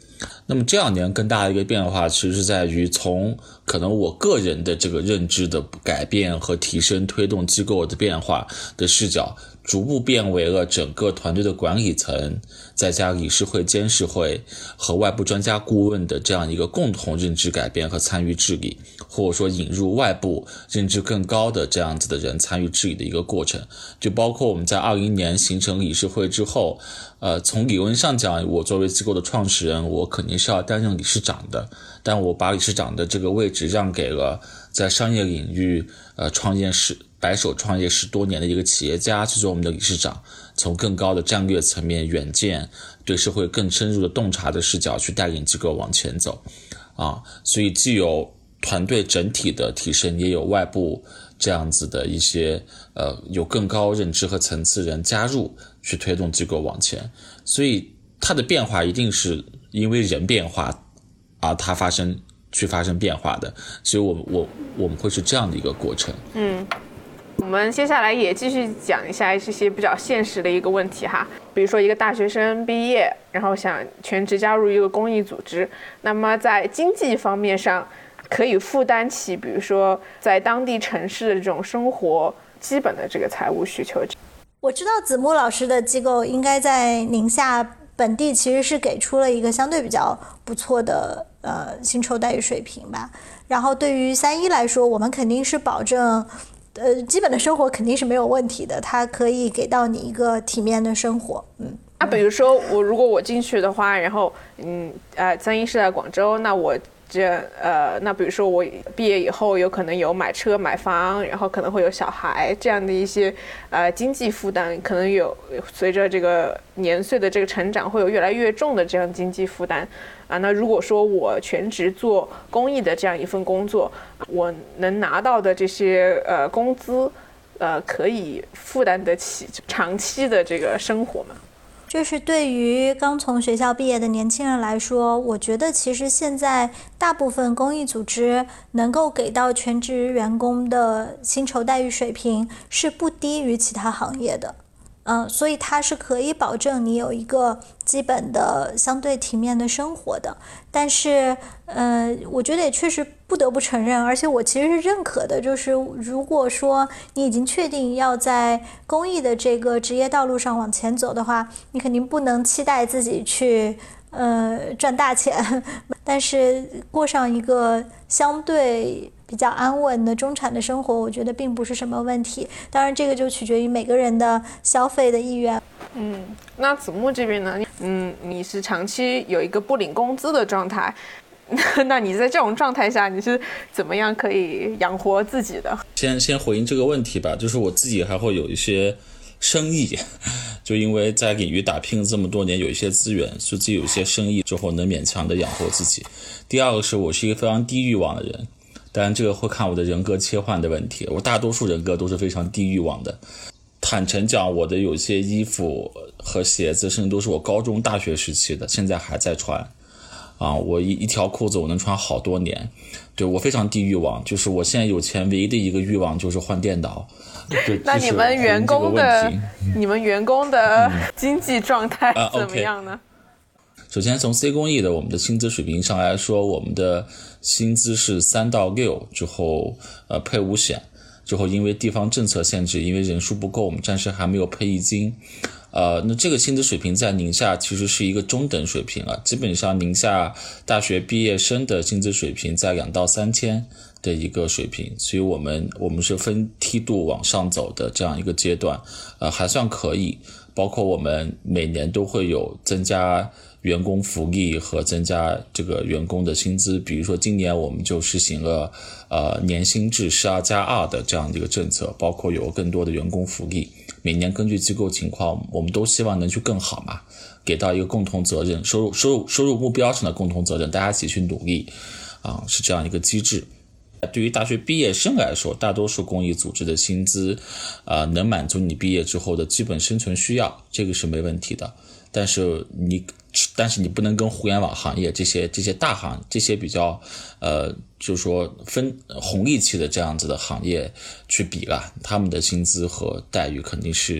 那么这两年更大的一个变化其实是在于从可能我个人的这个认知的改变和提升推动机构的变化的视角，逐步变为了整个团队的管理层再加理事会监事会和外部专家顾问的这样一个共同认知改变和参与治理，或者说引入外部认知更高的这样子的人参与治理的一个过程。就包括我们在二零年形成理事会之后，呃，从理论上讲，我作为机构的创始人，我肯定是要担任理事长的，但我把理事长的这个位置让给了在商业领域呃创业十白手创业十多年的一个企业家去做我们的理事长，从更高的战略层面远见，对社会更深入的洞察的视角去带领机构往前走啊，所以既有团队整体的提升，也有外部这样子的一些呃有更高认知和层次人加入去推动机构往前，所以它的变化一定是因为人变化而它发生去发生变化的，所以我我我们会是这样的一个过程。 嗯，我们接下来也继续讲一下这些比较现实的一个问题哈，比如说一个大学生毕业，然后想全职加入一个公益组织，那么在经济方面上可以负担起比如说在当地城市的这种生活基本的这个财务需求。 我知道子木老师的机构应该在宁夏本地其实是给出了一个相对比较不错的呃薪酬待遇水平吧，然后对于三一来说，我们肯定是保证呃基本的生活肯定是没有问题的，它可以给到你一个体面的生活。嗯， 那比如说我如果我进去的话，然后嗯呃三一是在广州，那我这呃，那比如说我毕业以后有可能有买车买房，然后可能会有小孩这样的一些呃经济负担，可能有随着这个年岁的这个成长会有越来越重的这样经济负担啊。那如果说我全职做公益的这样一份工作，我能拿到的这些呃工资呃可以负担得起长期的这个生活吗？ 就是对于刚从学校毕业的年轻人来说，我觉得其实现在大部分公益组织能够给到全职员工的薪酬待遇水平是不低于其他行业的。嗯，所以它是可以保证你有一个基本的相对体面的生活的。但是呃，我觉得也确实不得不承认，而且我其实是认可的，就是如果说你已经确定要在公益的这个职业道路上往前走的话，你肯定不能期待自己去呃赚大钱，但是过上一个相对比较安稳的中产的生活，我觉得并不是什么问题。当然这个就取决于每个人的消费的意愿。 嗯，那子木这边呢？嗯，你是长期有一个不领工资的状态，那你在这种状态下，你是怎么样可以养活自己的？ 先先回应这个问题吧，就是我自己还会有一些生意，就因为在领域打拼了这么多年，有一些资源，所以自己有一些生意之后能勉强的养活自己。第二个是我是一个非常低欲望的人，当然这个会看我的人格切换的问题，我大多数人格都是非常低欲望的。坦诚讲，我的有些衣服和鞋子甚至都是我高中大学时期的，现在还在穿啊，我一一条裤子我能穿好多年。对，我非常低欲望，就是我现在有钱唯一的一个欲望就是换电脑。对， 那你们员工的你们员工的经济状态怎么样呢？ 嗯啊 okay。首先从 C 公益的我们的薪资水平上来说，我们的薪资是三到六，之后呃配五险，之后因为地方政策限制，因为人数不够，我们暂时还没有配一金。呃，那这个薪资水平在宁夏其实是一个中等水平了，基本上宁夏大学毕业生的薪资水平在两到三千的一个水平，所以我们我们是分梯度往上走的这样一个阶段，呃，还算可以。包括我们每年都会有增加员工福利和增加这个员工的薪资，比如说今年我们就实行了呃年薪制十二加二的这样的一个政策，包括有更多的员工福利，每年根据机构情况，我们都希望能去更好嘛，给到一个共同责任，收入收入收入目标上的共同责任，大家一起去努力啊，是这样一个机制。对于大学毕业生来说，大多数公益组织的薪资呃，能满足你毕业之后的基本生存需要，这个是没问题的。但是你但是你不能跟互联网行业这些这些大行这些比较呃就是说分红利期的这样子的行业去比了，他们的薪资和待遇肯定是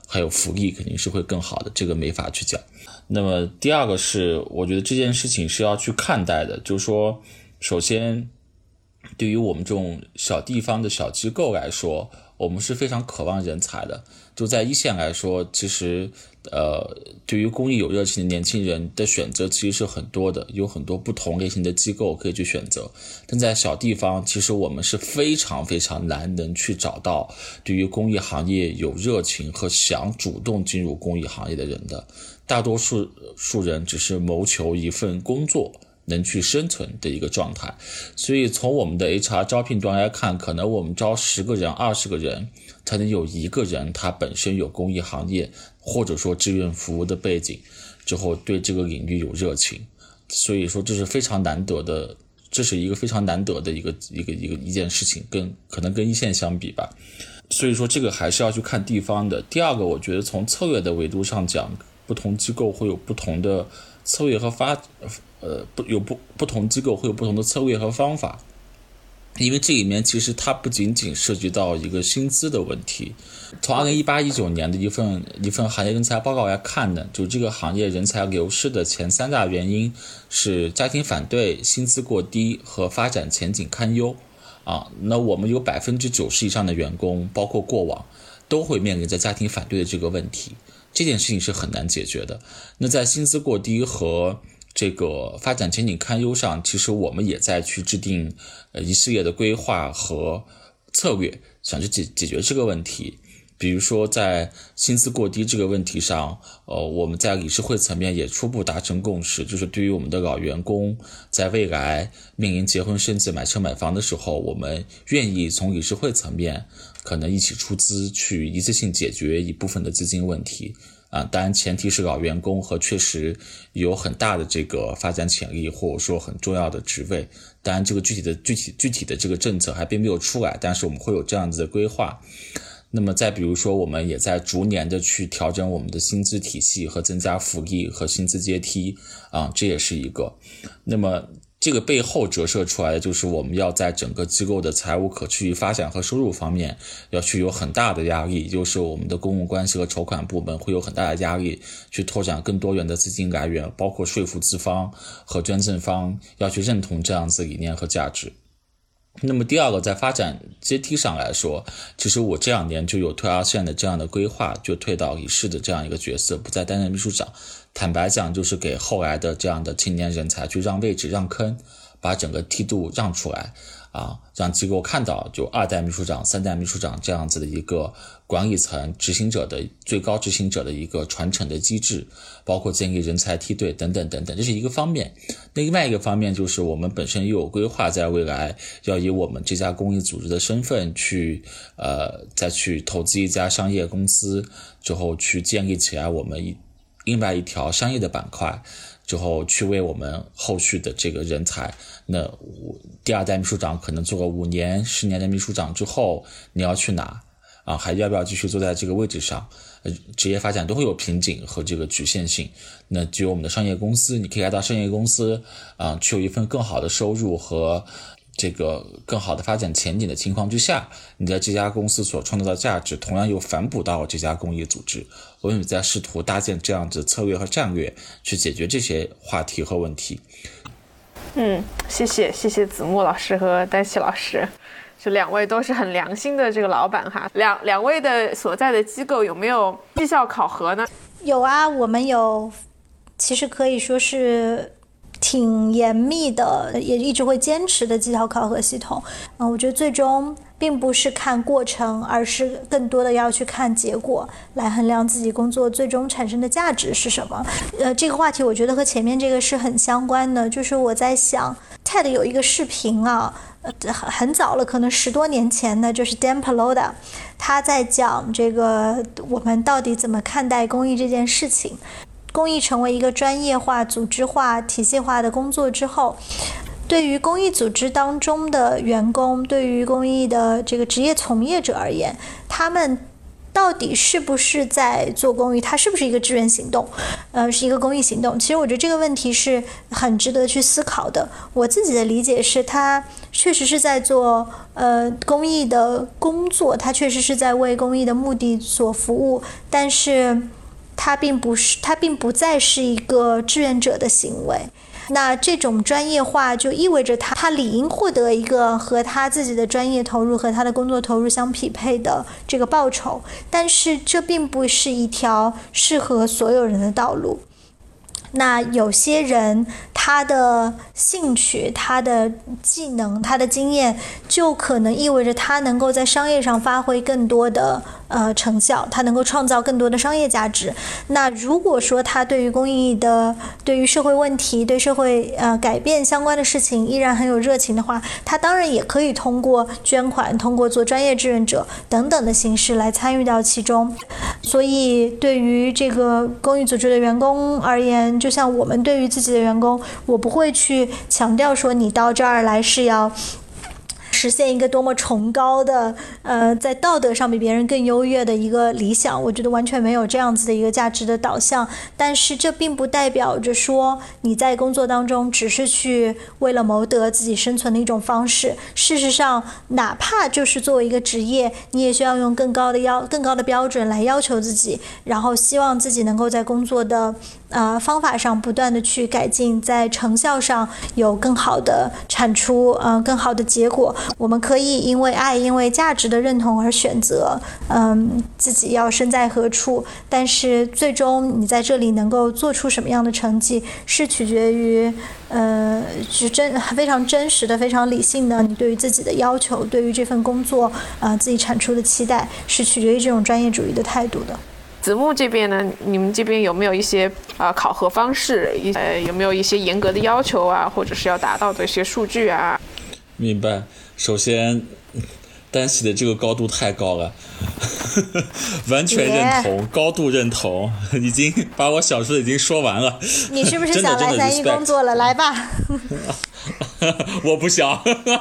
还有福利肯定是会更好的，这个没法去讲。那么第二个是我觉得这件事情是要去看待的，就是说首先对于我们这种小地方的小机构来说，我们是非常渴望人才的。就在一线来说，其实呃，对于公益有热情的年轻人的选择其实是很多的，有很多不同类型的机构可以去选择。但在小地方，其实我们是非常非常难能去找到对于公益行业有热情和想主动进入公益行业的人的。大多数数人只是谋求一份工作能去生存的一个状态。所以从我们的 H R 招聘端来看，可能我们招十个人二十个人才能有一个人他本身有公益行业或者说志愿服务的背景之后对这个领域有热情。所以说这是非常难得的，这是一个非常难得的一个一个一个一件事情，跟可能跟一线相比吧。所以说这个还是要去看地方的。第二个，我觉得从策略的维度上讲，不同机构会有不同的策略和发呃不有不不同机构会有不同的策略和方法。因为这里面其实它不仅仅涉及到一个薪资的问题。从二零一八一九年的一份一份行业人才报告来看呢，就这个行业人才流失的前三大原因是家庭反对、薪资过低和发展前景堪忧啊。那我们有百分之九十以上的员工，包括过往，都会面临着家庭反对的这个问题。这件事情是很难解决的。那在薪资过低和这个发展前景堪忧上，其实我们也在去制定呃一系列的规划和策略，想去解解决这个问题。比如说在薪资过低这个问题上，呃，我们在理事会层面也初步达成共识，就是对于我们的老员工，在未来面临结婚生子、买车买房的时候，我们愿意从理事会层面可能一起出资去一次性解决一部分的资金问题。啊，当然前提是老员工和确实有很大的这个发展潜力，或者说很重要的职位。当然这个具体的具体具体的这个政策还并没有出来，但是我们会有这样子的规划。那么再比如说，我们也在逐年的去调整我们的薪资体系和增加福利和薪资阶梯啊，这也是一个。那么这个背后折射出来的就是我们要在整个机构的财务可持续发展和收入方面要去有很大的压力，就是我们的公共关系和筹款部门会有很大的压力去拓展更多元的资金来源，包括说服资方和捐赠方要去认同这样子理念和价值。那么第二个，在发展阶梯上来说，其实我这两年就有退二线的这样的规划，就退到理事的这样一个角色，不再担任秘书长。坦白讲，就是给后来的这样的青年人才去让位置让坑，把整个梯度让出来啊，让机构看到就二代秘书长、三代秘书长这样子的一个管理层执行者的最高执行者的一个传承的机制，包括建立人才梯队等等等等，这是一个方面。那另外一个方面就是我们本身又有规划，在未来要以我们这家公益组织的身份去呃再去投资一家商业公司，之后去建立起来我们一另外一条商业的板块，之后去为我们后续的这个人才，那第二代秘书长可能做了五年十年的秘书长之后，你要去哪啊？还要不要继续坐在这个位置上？呃，职业发展都会有瓶颈和这个局限性。那只有我们的商业公司，你可以来到商业公司啊，去有一份更好的收入和这个更好的发展前景的情况之下，你在这家公司所创造的价值同样又反哺到这家公益组织。我们也在试图搭建这样子策略和战略去解决这些话题和问题。 嗯，谢谢谢谢子木老师和丹琪老师，这两位都是很良心的这个老板哈。两两位的所在的机构有没有绩效考核呢？ 有啊，我们有，其实可以说是挺严密的，也一直会坚持的绩效考核系统。嗯，我觉得最终并不是看过程，而是更多的要去看结果，来衡量自己工作最终产生的价值是什么。呃，这个话题我觉得和前面这个是很相关的，就是我在想 T E D 有一个视频啊，呃，很早了，可能十多年前的，就是 Dan Pallotta， 他在讲这个我们到底怎么看待公益这件事情。公益成为一个专业化、组织化、体系化的工作之后，对于公益组织当中的员工，对于公益的这个职业从业者而言，他们到底是不是在做公益，它是不是一个志愿行动，呃，是一个公益行动。其实我觉得这个问题是很值得去思考的。我自己的理解是，它确实是在做呃公益的工作，它确实是在为公益的目的所服务，但是它并不是，它并不再是一个志愿者的行为。那这种专业化就意味着他他理应获得一个和他自己的专业投入和他的工作投入相匹配的这个报酬，但是这并不是一条适合所有人的道路。那有些人他的兴趣、他的技能、他的经验，就可能意味着他能够在商业上发挥更多的呃成效，他能够创造更多的商业价值。那如果说他对于公益的、对于社会问题、对社会呃改变相关的事情依然很有热情的话，他当然也可以通过捐款、通过做专业志愿者等等的形式来参与到其中。所以对于这个公益组织的员工而言，就像我们对于自己的员工，我不会去强调说你到这儿来是要实现一个多么崇高的呃，在道德上比别人更优越的一个理想，我觉得完全没有这样子的一个价值的导向。但是这并不代表着说你在工作当中只是去为了谋得自己生存的一种方式。事实上，哪怕就是作为一个职业，你也需要用更高的要更高的标准来要求自己，然后希望自己能够在工作的呃方法上不断的去改进，在成效上有更好的产出，呃更好的结果。我们可以因为爱、因为价值的认同而选择，嗯，自己要身在何处，但是最终你在这里能够做出什么样的成绩，是取决于，呃，是真非常真实的、非常理性的，你对于自己的要求，对于这份工作，呃，自己产出的期待，是取决于这种专业主义的态度的。 子木这边呢，你们这边有没有一些啊、呃、考核方式？一呃有没有一些严格的要求啊，或者是要达到的一些数据啊？ 明白。首先，丹喜的这个高度太高了，完全认同， yeah. 高度认同，已经把我想说的已经说完了。 你是不是想来三一工作了？来吧。 我不想。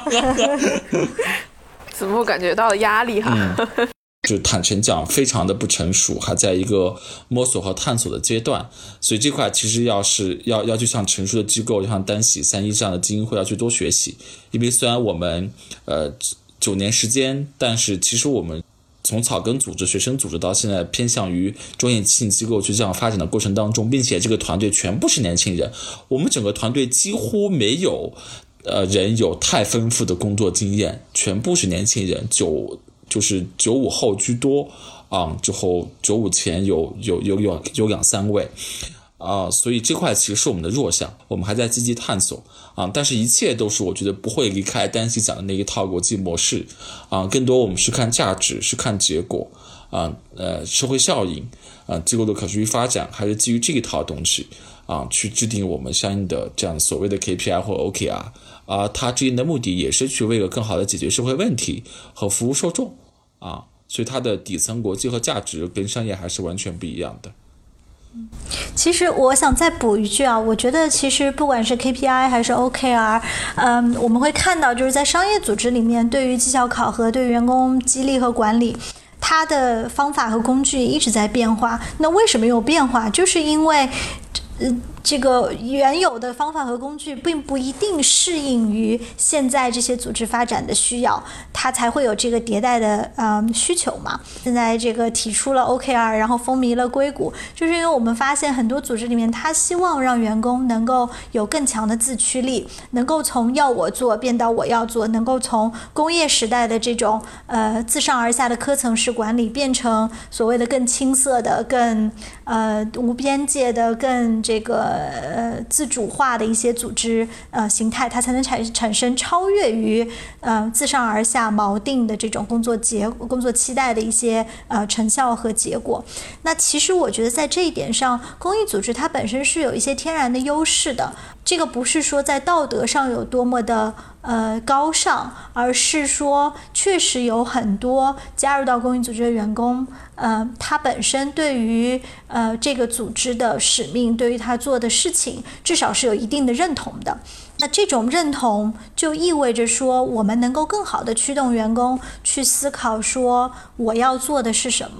子木感觉到了压力哈。 嗯就坦诚讲非常的不成熟，还在一个摸索和探索的阶段，所以这块其实要是要要去向成熟的机构，像丹喜、三一这样的基金会要去多学习。因为虽然我们呃九年时间，但是其实我们从草根组织、学生组织到现在偏向于专业性机构去这样发展的过程当中，并且这个团队全部是年轻人，我们整个团队几乎没有呃人有太丰富的工作经验，全部是年轻人，九就是九五后居多啊，之后九五前有有有有有两三位啊，所以这块其实是我们的弱项，我们还在积极探索啊。但是一切都是我觉得不会离开丹喜讲的那一套国际模式啊，更多我们是看价值，是看结果啊，呃，社会效应啊，机构的可持续发展，还是基于这一套东西啊，去制定我们相应的这样所谓的 K P I 或 O K R。啊，它制定的目的也是去为了更好的解决社会问题和服务受众啊，所以它的底层逻辑和价值跟商业还是完全不一样的。 其实我想再补一句啊，我觉得其实不管是 K P I 还是 O K R， 嗯，我们会看到就是在商业组织里面，对于绩效考核、对于员工激励和管理，它的方法和工具一直在变化。那为什么有变化？就是因为呃，这个原有的方法和工具并不一定适应于现在这些组织发展的需要，它才会有这个迭代的呃需求嘛。现在这个提出了 O K R， 然后风靡了硅谷，就是因为我们发现很多组织里面，他希望让员工能够有更强的自驱力，能够从要我做变到我要做，能够从工业时代的这种呃自上而下的科层式管理，变成所谓的更青涩的、更呃无边界的、更这个呃自主化的一些组织呃形态，它才能产产生超越于呃自上而下锚定的这种工作结工作期待的一些呃成效和结果。那其实我觉得在这一点上，公益组织它本身是有一些天然的优势的。这个不是说在道德上有多么的呃高尚，而是说确实有很多加入到公益组织的员工，呃，他本身对于呃这个组织的使命，对于他做的事情，至少是有一定的认同的。那这种认同就意味着说，我们能够更好的驱动员工去思考说，我要做的是什么。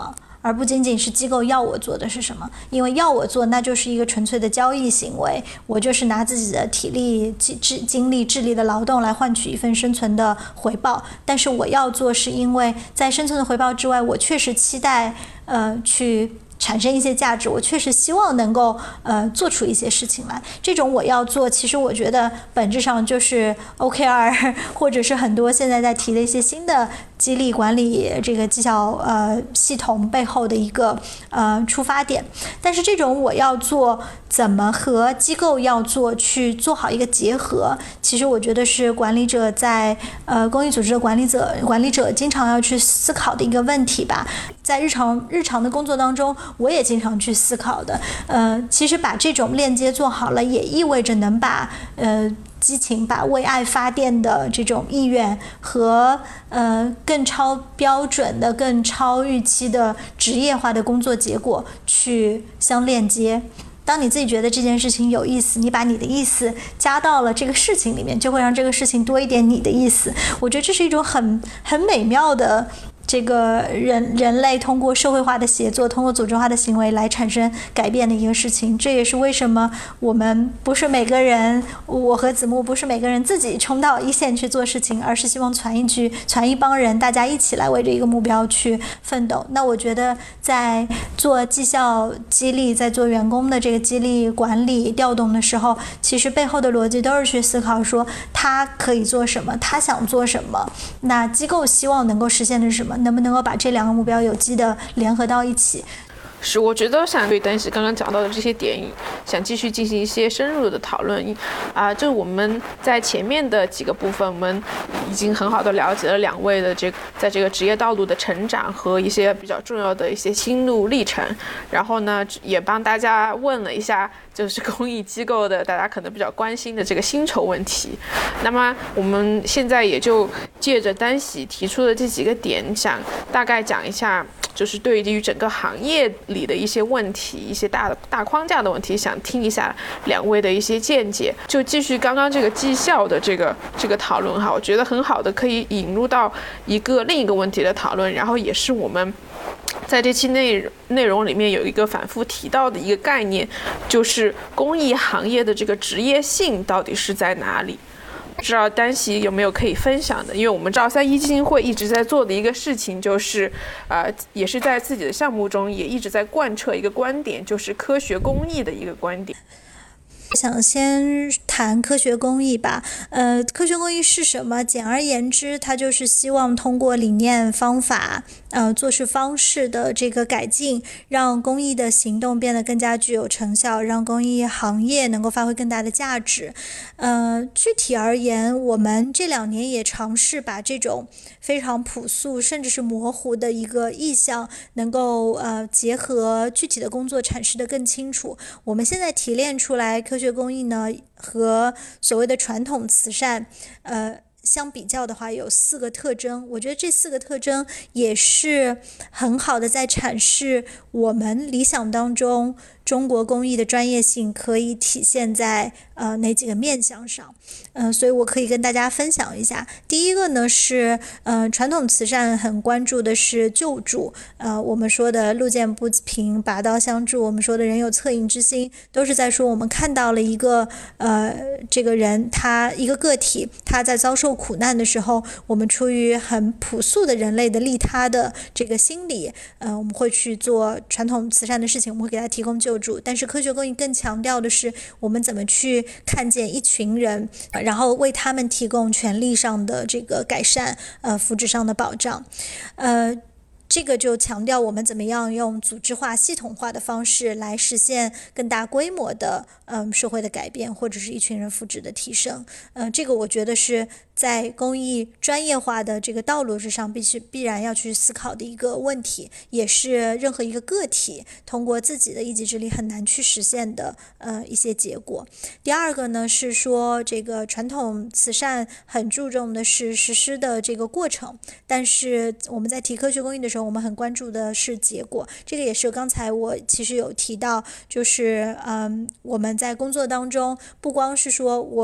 而不仅仅是机构要我做的是什么。因为要我做，那就是一个纯粹的交易行为，我就是拿自己的体力、精力、智力的劳动来换取一份生存的回报。但是我要做，是因为在生存的回报之外，我确实期待呃去产生一些价值，我确实希望能够呃做出一些事情来。这种我要做，其实我觉得本质上就是 O K R 或者是很多现在在提的一些新的激励管理这个绩效呃系统背后的一个呃出发点。但是这种我要做怎么和机构要做去做好一个结合，其实我觉得是管理者在呃公益组织的管理者管理者经常要去思考的一个问题吧。在日常日常的工作当中，我也经常去思考的。呃，其实把这种链接做好了，也意味着能把呃激情、把为爱发电的这种意愿和呃更超标准的、更超预期的职业化的工作结果去相链接。当你自己觉得这件事情有意思，你把你的意思加到了这个事情里面，就会让这个事情多一点你的意思。我觉得这是一种很很美妙的这个人人类通过社会化的协作，通过组织化的行为来产生改变的一个事情。这也是为什么我们不是每个人，我和子木不是每个人自己冲到一线去做事情，而是希望传一局传一帮人，大家一起来为这一个目标去奋斗。那我觉得在做绩效激励，在做员工的这个激励管理调动的时候，其实背后的逻辑都是去思考说他可以做什么，他想做什么，那机构希望能够实现的是什么，能不能够把这两个目标有机的联合到一起。 是，我觉得想对丹西刚刚讲到的这些点，想继续进行一些深入的讨论啊、呃。就我们在前面的几个部分，我们已经很好的了解了两位的这在这个职业道路的成长和一些比较重要的一些心路历程。然后呢，也帮大家问了一下，就是公益机构的大家可能比较关心的这个薪酬问题。那么我们现在也就借着丹西提出的这几个点，想大概讲一下。就是对于整个行业里的一些问题，一些大的大框架的问题，想听一下两位的一些见解。就继续刚刚这个绩效的这个这个讨论哈，我觉得很好的可以引入到一个另一个问题的讨论，然后也是我们在这期内内容里面有一个反复提到的一个概念，就是公益行业的这个职业性到底是在哪里？不知道丹西有没有可以分享的？因为我们知道三一基金会一直在做的一个事情，就是呃，也是在自己的项目中也一直在贯彻一个观点，就是科学公益的一个观点。 想先谈科学公益吧。呃，科学公益是什么？简而言之，它就是希望通过理念、方法、呃做事方式的这个改进，让公益的行动变得更加具有成效，让公益行业能够发挥更大的价值。呃，具体而言，我们这两年也尝试把这种非常朴素甚至是模糊的一个意向，能够呃结合具体的工作阐释得更清楚。我们现在提炼出来科学公益呢，和所谓的传统慈善呃相比较的话，有四个特征。我觉得这四个特征也是很好的在阐释我们理想当中中国公益的专业性可以体现在呃哪几个面向上。呃，所以我可以跟大家分享一下。第一个呢是呃传统慈善很关注的是救助，呃我们说的路见不平拔刀相助，我们说的人有恻隐之心，都是在说我们看到了一个呃这个人他一个个体他在遭受苦难的时候，我们出于很朴素的人类的利他的这个心理，呃我们会去做传统慈善的事情，我们会给他提供救助。但是科学公益更强调的是我们怎么去看见一群人，然后为他们提供权利上的这个改善，呃福祉上的保障。呃这个就强调我们怎么样用组织化、系统化的方式来实现更大规模的嗯社会的改变，或者是一群人福祉的提升。呃，这个我觉得是在公益专业化的这个道路之上必须必然要去思考的一个问题，也是任何一个个体通过自己的一己之力很难去实现的呃一些结果。第二个呢是说，这个传统慈善很注重的是实施的这个过程，但是我们在提科学公益的时候，我们很关注的是结果。这个也是刚才我其实有提到，就是嗯我们在工作当中不光是说我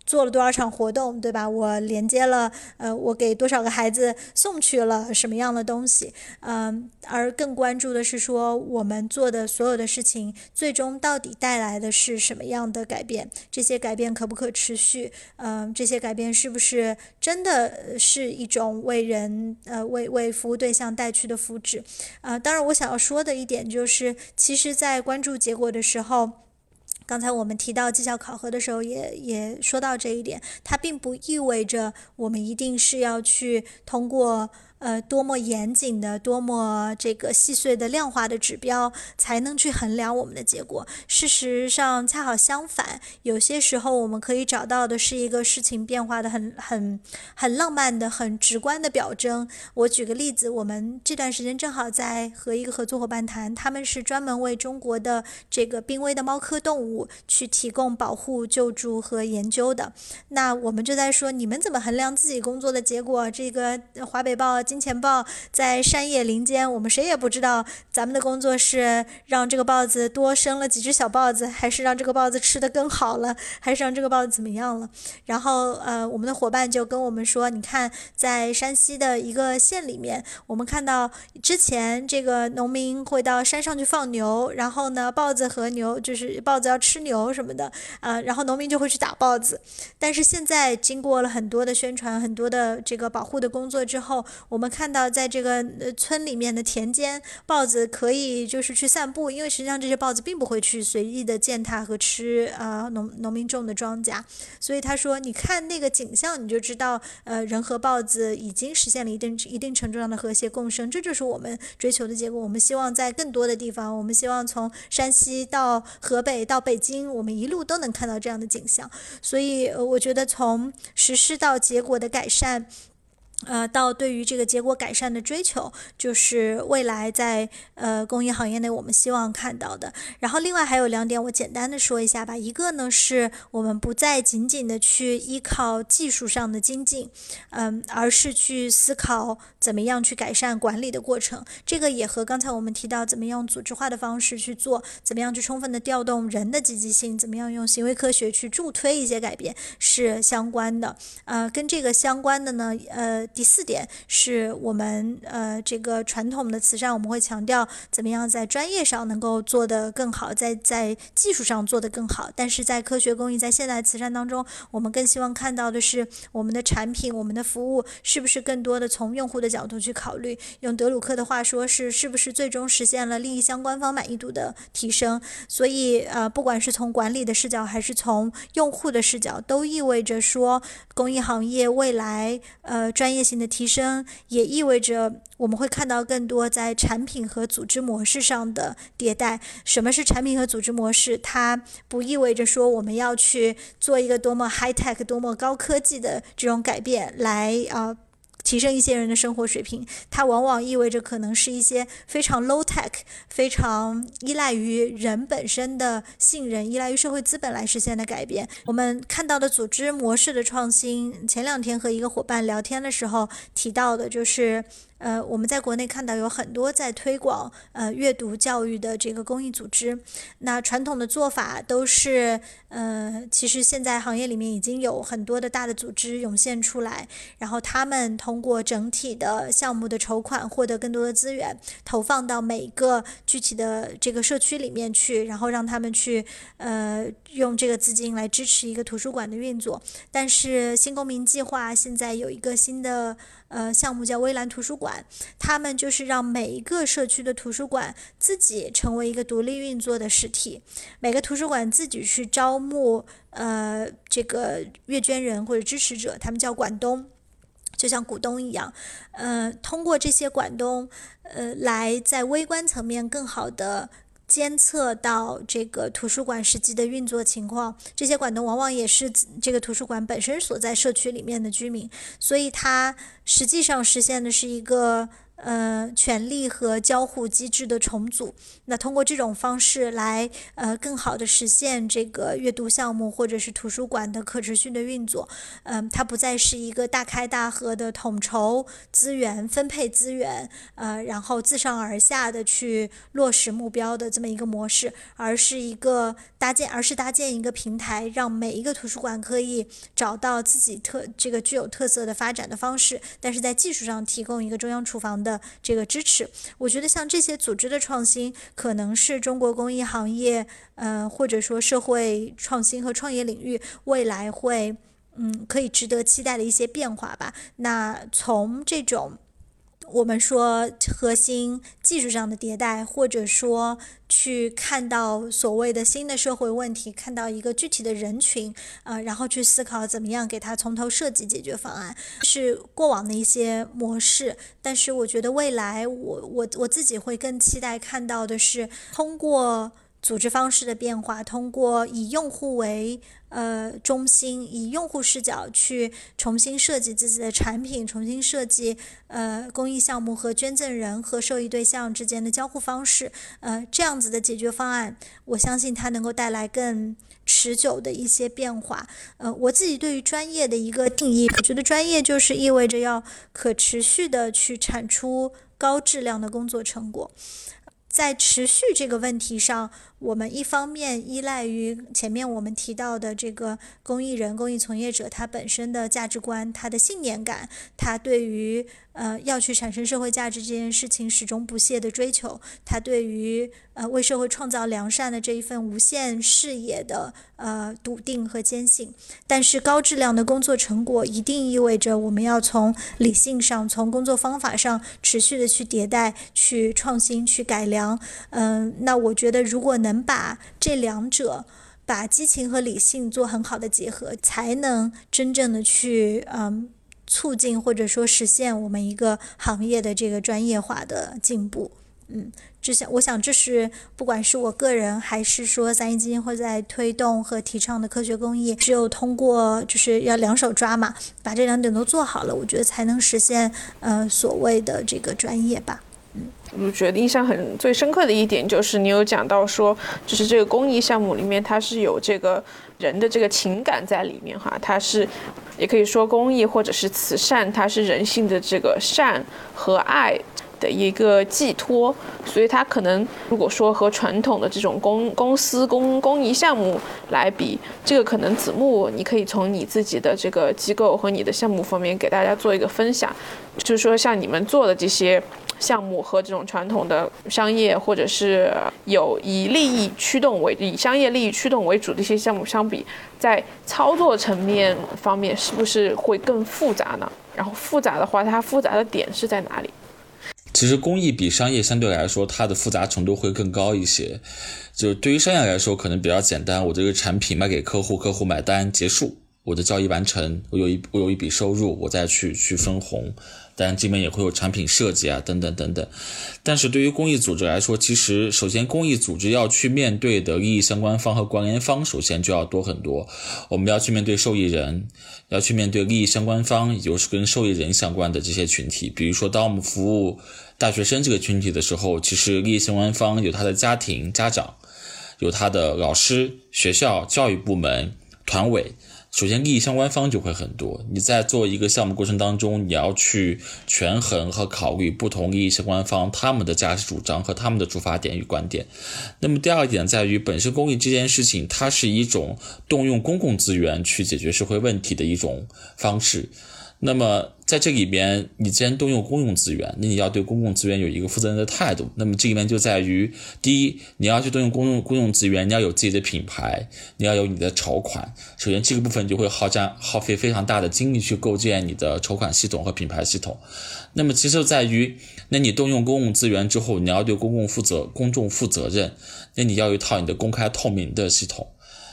做了多少场活动，对吧？我连接了，呃，我给多少个孩子送去了什么样的东西，嗯、呃，而更关注的是说我们做的所有的事情，最终到底带来的是什么样的改变？这些改变可不可持续？嗯、呃，这些改变是不是真的是一种为人，呃，为为服务对象带去的福祉？啊、呃，当然，我想要说的一点就是，其实，在关注结果的时候。刚才我们提到绩效考核的时候也，也也说到这一点，它并不意味着我们一定是要去通过呃多么严谨的、多么这个细碎的量化的指标才能去衡量我们的结果。事实上，恰好相反，有些时候我们可以找到的是一个事情变化的很很很浪漫的、很直观的表征。我举个例子，我们这段时间正好在和一个合作伙伴谈，他们是专门为中国的这个濒危的猫科动物去提供保护、救助和研究的。那我们就在说，你们怎么衡量自己工作的结果？这个华北豹、金钱豹在山野林间，我们谁也不知道咱们的工作是让这个豹子多生了几只小豹子，还是让这个豹子吃得更好了，还是让这个豹子怎么样了。然后呃，我们的伙伴就跟我们说，你看在山西的一个县里面，我们看到之前这个农民会到山上去放牛，然后呢豹子和牛就是豹子要吃牛什么的啊、呃，然后农民就会去打豹子。但是现在经过了很多的宣传，很多的这个保护的工作之后，我们看到在这个村里面的田间，豹子可以就是去散步，因为实际上这些豹子并不会去随意的践踏和吃啊、呃、农农民种的庄稼。所以他说，你看那个景象，你就知道呃人和豹子已经实现了一定一定程度上的和谐共生，这就是我们追求的结果。我们希望在更多的地方，我们希望从山西到河北到北京，我们一路都能看到这样的景象。所以呃我觉得从实施到结果的改善，呃，到对于这个结果改善的追求，就是未来在呃公益行业内我们希望看到的。然后另外还有两点，我简单的说一下吧。一个呢是我们不再仅仅的去依靠技术上的精进，嗯，而是去思考怎么样去改善管理的过程。这个也和刚才我们提到怎么样组织化的方式去做，怎么样去充分的调动人的积极性，怎么样用行为科学去助推一些改变是相关的。呃，跟这个相关的呢，呃。第四点是我们呃这个传统的慈善，我们会强调怎么样在专业上能够做得更好，在在技术上做得更好。但是在科学公益，在现代慈善当中，我们更希望看到的是我们的产品、我们的服务是不是更多的从用户的角度去考虑。用德鲁克的话说是，是不是最终实现了利益相关方满意度的提升。所以呃，不管是从管理的视角，还是从用户的视角，都意味着说，公益行业未来呃专业性的提升，也意味着我们会看到更多在产品和组织模式上的迭代。什么是产品和组织模式？它不意味着说我们要去做一个多么 high tech、多么高科技的这种改变来啊。呃提升一些人的生活水平，它往往意味着可能是一些非常 low tech、非常依赖于人本身的信任、依赖于社会资本来实现的改变。我们看到的组织模式的创新，前两天和一个伙伴聊天的时候提到的就是。呃，我们在国内看到有很多在推广呃阅读教育的这个公益组织，那传统的做法都是呃，其实现在行业里面已经有很多的大的组织涌现出来，然后他们通过整体的项目的筹款获得更多的资源，投放到每个具体的这个社区里面去，然后让他们去呃用这个资金来支持一个图书馆的运作。但是新公民计划现在有一个新的呃项目叫微蓝图书馆，他们就是让每一个社区的图书馆自己成为一个独立运作的实体，每个图书馆自己去招募呃这个阅捐人或者支持者，他们叫馆东，就像股东一样，呃，通过这些馆东呃来在微观层面更好的监测到这个图书馆实际的运作情况。这些馆东往往也是这个图书馆本身所在社区里面的居民，所以它实际上实现的是一个呃权利和交互机制的重组。那通过这种方式来呃更好的实现这个阅读项目或者是图书馆的可持续的运作。嗯、呃，它不再是一个大开大合的统筹资源、分配资源，呃，然后自上而下的去落实目标的这么一个模式，而是一个搭建，而是搭建一个平台，让每一个图书馆可以找到自己特这个具有特色的发展的方式，但是在技术上提供一个中央厨房的这个支持。我觉得像这些组织的创新，可能是中国公益行业，呃，或者说社会创新和创业领域未来会，嗯，可以值得期待的一些变化吧。那从这种我们说核心技术上的迭代，或者说去看到所谓的新的社会问题，看到一个具体的人群，呃，然后去思考怎么样给它从头设计解决方案，是过往的一些模式。但是我觉得未来我我我自己会更期待看到的是，通过组织方式的变化，通过以用户为呃中心，以用户视角去重新设计自己的产品，重新设计呃公益项目和捐赠人和受益对象之间的交互方式，呃这样子的解决方案，我相信它能够带来更持久的一些变化。呃，我自己对于专业的一个定义，我觉得专业就是意味着要可持续的去产出高质量的工作成果。在持续这个问题上，我们一方面依赖于前面我们提到的这个公益人、公益从业者他本身的价值观、他的信念感，他对于呃要去产生社会价值这件事情始终不懈的追求，他对于呃为社会创造良善的这一份无限视野的呃笃定和坚信。但是高质量的工作成果一定意味着我们要从理性上、从工作方法上持续的去迭代、去创新、去改良。嗯、呃，那我觉得如果能把这两者，把激情和理性做很好的结合，才能真正的去嗯促进或者说实现我们一个行业的这个专业化的进步。嗯，这想我想这是不管是我个人还是说三一基金会在推动和提倡的科学公益，只有通过就是要两手抓嘛，把这两点都做好了，我觉得才能实现呃所谓的这个专业吧。 我觉得印象很最深刻的一点就是你有讲到说，就是这个公益项目里面它是有这个人的这个情感在里面哈，它是也可以说公益或者是慈善，它是人性的这个善和爱的一个寄托，所以它可能如果说和传统的这种公公司公公益项目来比，这个可能子木你可以从你自己的这个机构和你的项目方面给大家做一个分享，就是说像你们做的这些项目和这种传统的商业或者是有以利益驱动为以商业利益驱动为主的一些项目相比，在操作层面方面是不是会更复杂呢？然后复杂的话，它复杂的点是在哪里？ 其实公益比商业相对来说它的复杂程度会更高一些。就对于商业来说可能比较简单，我这个产品卖给客户，客户买单结束，我的交易完成，我有一我有一笔收入，我再去去分红。当然这边也会有产品设计啊等等等等。但是对于公益组织来说，其实首先公益组织要去面对的利益相关方和关联方首先就要多很多。我们要去面对受益人，要去面对利益相关方，也就是跟受益人相关的这些群体。比如说当我们服务大学生这个群体的时候，其实利益相关方有他的家庭家长，有他的老师、学校、教育部门、团委。首先利益相关方就会很多，你在做一个项目过程当中，你要去权衡和考虑不同利益相关方他们的价值主张和他们的出发点与观点。那么第二点在于，本身公益这件事情它是一种动用公共资源去解决社会问题的一种方式。那么在这里边，你既然动用公用资源，那你要对公共资源有一个负责任的态度。那么这里面就在于，第一，你要去动用公用公用资源，你要有自己的品牌，你要有你的筹款。首先这个部分就会耗占耗费非常大的精力去构建你的筹款系统和品牌系统。那么其实在于，那你动用公共资源之后，你要对公共负责公众负责任，那你要有一套你的公开透明的系统。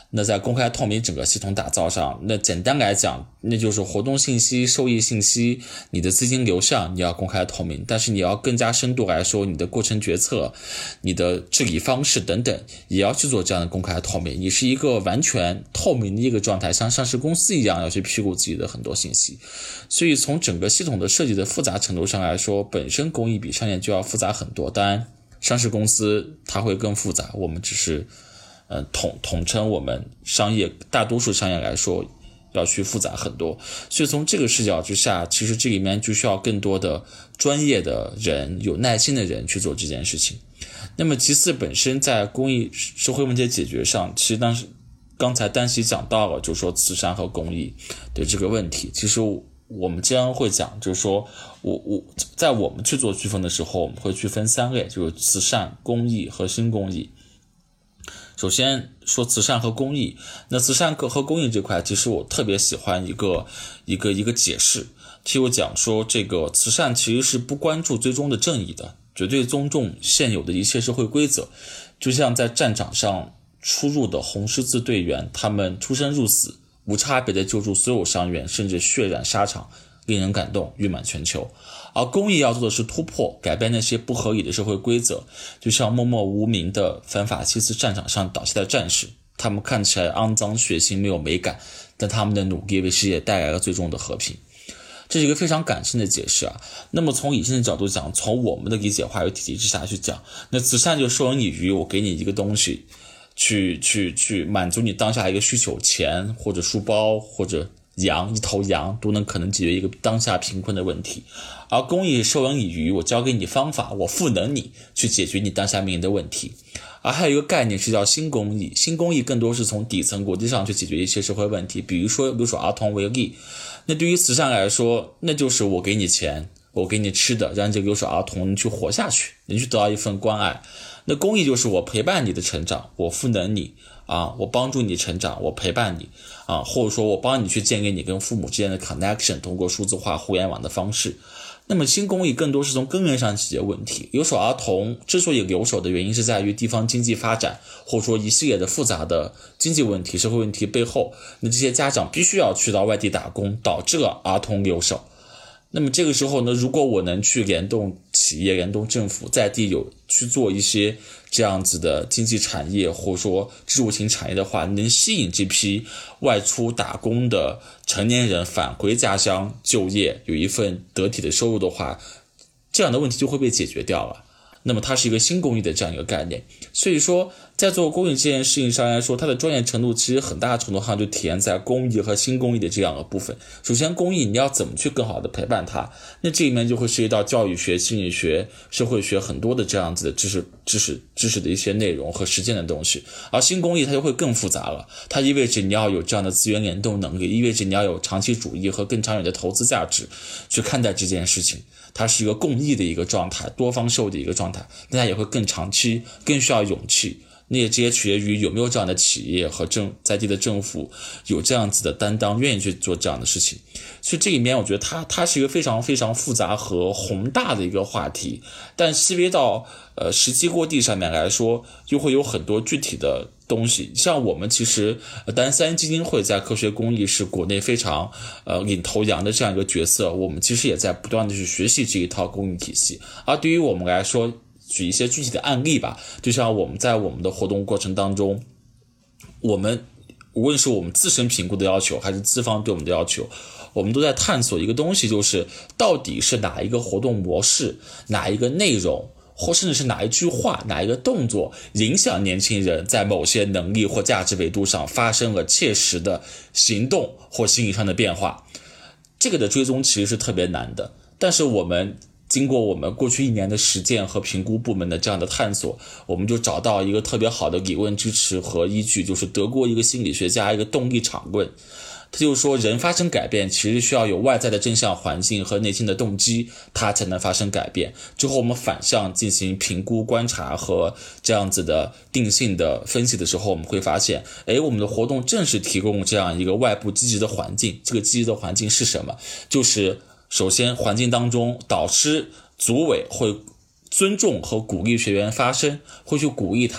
那在公开透明整个系统打造上，那简单来讲，那就是活动信息、收益信息、你的资金流向你要公开透明，但是你要更加深度来说，你的过程决策、你的治理方式等等也要去做这样的公开透明。你是一个完全透明的一个状态，像上市公司一样要去披露自己的很多信息。所以从整个系统的设计的复杂程度上来说，本身公益比商业就要复杂很多。当然上市公司它会更复杂，我们只是呃，统统称我们商业大多数商业来说要去复杂很多，所以从这个视角之下，其实这里面就需要更多的专业的人、有耐心的人去做这件事情。那么其次本身在公益社会问题解决上，其实当时刚才丹喜讲到了，就是说慈善和公益的这个问题，其实我们经常会讲，就是说我我在我们去做区分的时候，我们会区分三类，就是慈善、公益和新公益。首先说慈善和公益，那慈善和公益这块，其实我特别喜欢一个一个一个解释，其实我讲说这个慈善其实是不关注最终的正义的，绝对尊重现有的一切社会规则，就像在战场上出入的红十字队员，他们出生入死，无差别的救助所有伤员，甚至血染沙场，令人感动，誉满全球。而公益要做的是突破，改变那些不合理的社会规则，就像默默无名的反法西斯战场上倒下的战士，他们看起来肮脏血腥，没有美感，但他们的努力为世界带来了最终的和平。这是一个非常感性的解释啊。那么从理性的角度讲，从我们的理解话语体系之下去讲，那慈善就授人以渔，我给你一个东西去去去满足你当下一个需求，钱或者书包或者羊，一头羊都能可能解决一个当下贫困的问题。而公益授人以渔，我教给你方法，我赋能你去解决你当下面临的问题。而还有一个概念是叫新公益，新公益更多是从底层国际上去解决一些社会问题，比如说留守儿童为例。那对于慈善来说，那就是我给你钱，我给你吃的，让这个留守儿童去活下去，你去得到一份关爱。那公益就是我陪伴你的成长，我赋能你啊，我帮助你成长，我陪伴你啊，或者说我帮你去建立你跟父母之间的 connection， 通过数字化互联网的方式。那么新公益更多是从根源上解决问题。留守儿童之所以留守的原因是在于地方经济发展，或者说一系列的复杂的经济问题、社会问题背后，那这些家长必须要去到外地打工，导致了儿童留守。那么这个时候呢，如果我能去联动企业、联动政府，在地有去做一些这样子的经济产业或者说支柱型产业的话，能吸引这批外出打工的成年人返回家乡就业，有一份得体的收入的话，这样的问题就会被解决掉了。那么它是一个新公益的这样一个概念。所以说在做公益这件事情上来说，它的专业程度其实很大程度上就体现在公益和新公益的这样的部分。首先公益你要怎么去更好的陪伴它，那这里面就会涉及到教育学、心理学、社会学很多的这样子的知识知识知识的一些内容和实践的东西。而新公益它就会更复杂了，它意味着你要有这样的资源联动能力，意味着你要有长期主义和更长远的投资价值去看待这件事情。它是一个共益的一个状态，多方受的一个状态，但它也会更长期，更需要勇气。那也这也取决于有没有这样的企业和政在地的政府有这样子的担当，愿意去做这样的事情。所以这里面我觉得它它是一个非常非常复杂和宏大的一个话题，但细微到呃实际落地上面来说，又会有很多具体的东西。像我们其实呃丹三基金会在科学公益是国内非常呃领头羊的这样一个角色，我们其实也在不断的去学习这一套公益体系。而对于我们来说，举一些具体的案例吧，就像我们在我们的活动过程当中，我们无论是我们自身评估的要求还是资方对我们的要求，我们都在探索一个东西，就是到底是哪一个活动模式，哪一个内容，或甚至是哪一句话，哪一个动作影响年轻人在某些能力或价值维度上发生了切实的行动或心理上的变化。这个的追踪其实是特别难的，但是我们经过我们过去一年的实践和评估部门的这样的探索，我们就找到一个特别好的理论支持和依据，就是德国一个心理学家一个动力场论。他就说人发生改变其实需要有外在的正向环境和内心的动机，它才能发生改变。之后我们反向进行评估观察和这样子的定性的分析的时候，我们会发现诶，我们的活动正是提供这样一个外部积极的环境。这个积极的环境是什么？就是首先环境当中导师组委会尊重和鼓励学员发声，会去鼓励他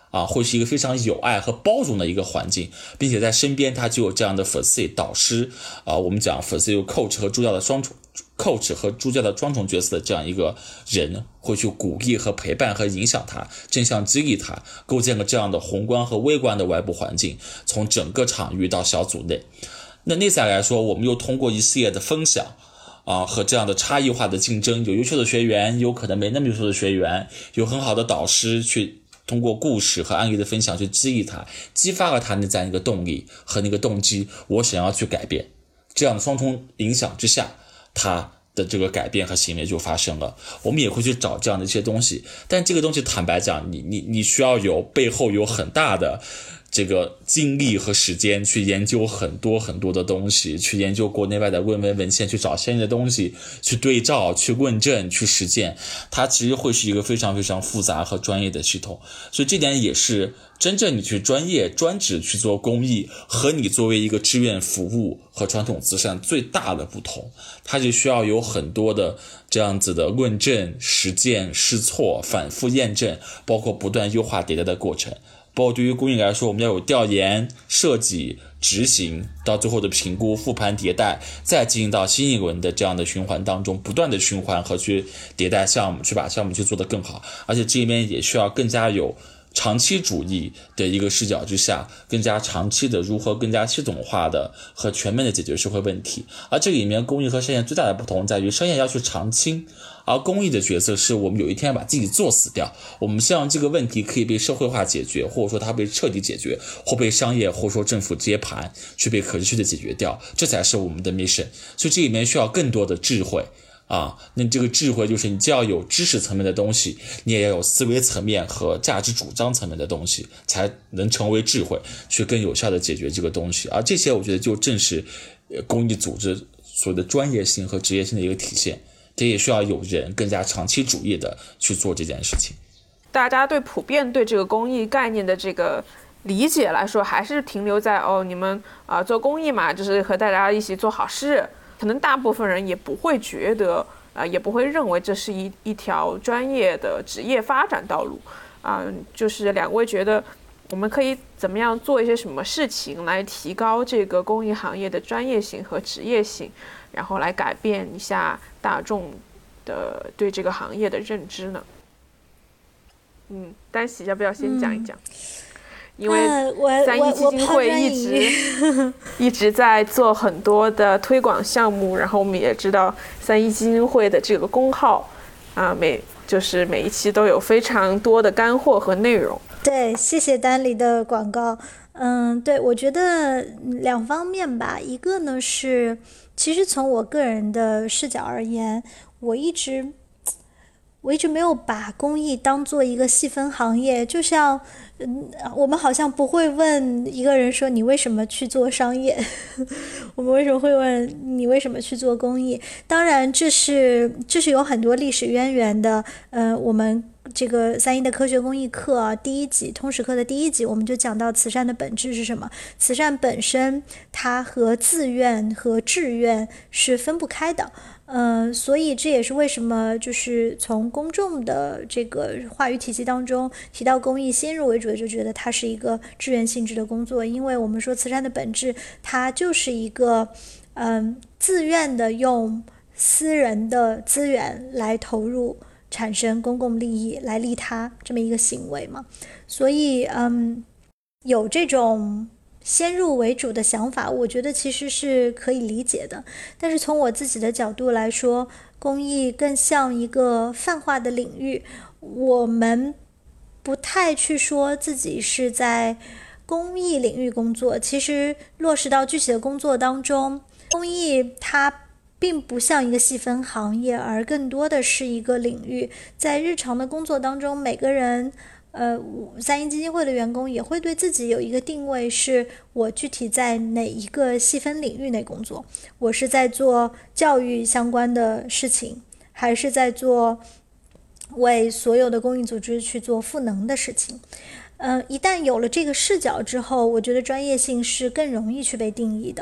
啊，会是一个非常有爱和包容的一个环境，并且在身边他就有这样的 facilitator 导师啊，我们讲 facilitator coach 和助教的双重 coach 和助教的双重角色的这样一个人，会去鼓励和陪伴和影响他，正向激励他，构建个这样的宏观和微观的外部环境，从整个场域到小组内。那内在来说，我们又通过一系列的分享啊，和这样的差异化的竞争，有优秀的学员，有可能没那么优秀的学员，有很好的导师去通过故事和案例的分享去激励他，激发了他内在一个动力和那个动机，我想要去改变。这样的双重影响之下，他的这个改变和行为就发生了。我们也会去找这样的一些东西，但这个东西坦白讲，你你你需要有背后有很大的这个精力和时间去研究很多很多的东西，去研究国内外的论文文献，去找相应的东西，去对照，去论证，去实践。它其实会是一个非常非常复杂和专业的系统，所以这点也是真正你去专业专职去做公益和你作为一个志愿服务和传统慈善最大的不同。它就需要有很多的这样子的论证、实践、试错、反复验证，包括不断优化迭代的过程。包括对于公益来说，我们要有调研、设计、执行，到最后的评估、复盘、迭代，再进行到新一轮的这样的循环当中，不断的循环和去迭代项目，去把项目去做得更好。而且这里面也需要更加有长期主义的一个视角之下，更加长期的如何更加系统化的和全面的解决社会问题。而这里面公益和商业最大的不同在于，商业要去长青，而公益的角色是我们有一天把自己做死掉，我们希望这个问题可以被社会化解决，或者说它被彻底解决，或被商业或者说政府接盘去被可持续的解决掉，这才是我们的 mission。 所以这里面需要更多的智慧啊，那这个智慧就是你既要有知识层面的东西，你也要有思维层面和价值主张层面的东西，才能成为智慧，去更有效的解决这个东西。而这些我觉得就正是公益组织所谓的专业性和职业性的一个体现，这也需要有人更加长期主义的去做这件事情。 大家对普遍对这个公益概念的这个理解来说，还是停留在哦，你们啊、呃、做公益嘛，就是和大家一起做好事。可能大部分人也不会觉得，呃，也不会认为这是一一条专业的职业发展道路，啊、呃，就是两位觉得我们可以怎么样做一些什么事情来提高这个公益行业的专业性和职业性，然后来改变一下大众的对这个行业的认知呢？嗯，丹喜要不要先讲一讲？嗯，因为三一基金会一直一直在做很多的推广项目，然后我们也知道三一基金会的这个公号啊，每就是每一期都有非常多的干货和内容。 对，谢谢丹里的广告。嗯，对，我觉得两方面吧，一个呢是，其实从我个人的视角而言，我一直我一直没有把公益当做一个细分行业，就像嗯，我们好像不会问一个人说你为什么去做商业我们为什么会问你为什么去做公益。当然这是这是有很多历史渊源的。呃，我们这个三一的科学公益课、啊、第一集通识课的第一集我们就讲到慈善的本质是什么。慈善本身它和自愿和志愿是分不开的。呃，所以这也是为什么就是从公众的这个话语体系当中提到公益，先入为主的就觉得它是一个志愿性质的工作。因为我们说慈善的本质它就是一个嗯、呃，自愿的用私人的资源来投入产生公共利益来利他这么一个行为嘛。所以嗯，有这种先入为主的想法，我觉得其实是可以理解的。但是从我自己的角度来说，公益更像一个泛化的领域，我们不太去说自己是在公益领域工作。其实落实到具体的工作当中，公益它并不像一个细分行业，而更多的是一个领域。在日常的工作当中，每个人呃，三一基金会的员工也会对自己有一个定位，是我具体在哪一个细分领域内工作，我是在做教育相关的事情，还是在做为所有的公益组织去做赋能的事情。呃，一旦有了这个视角之后，我觉得专业性是更容易去被定义的。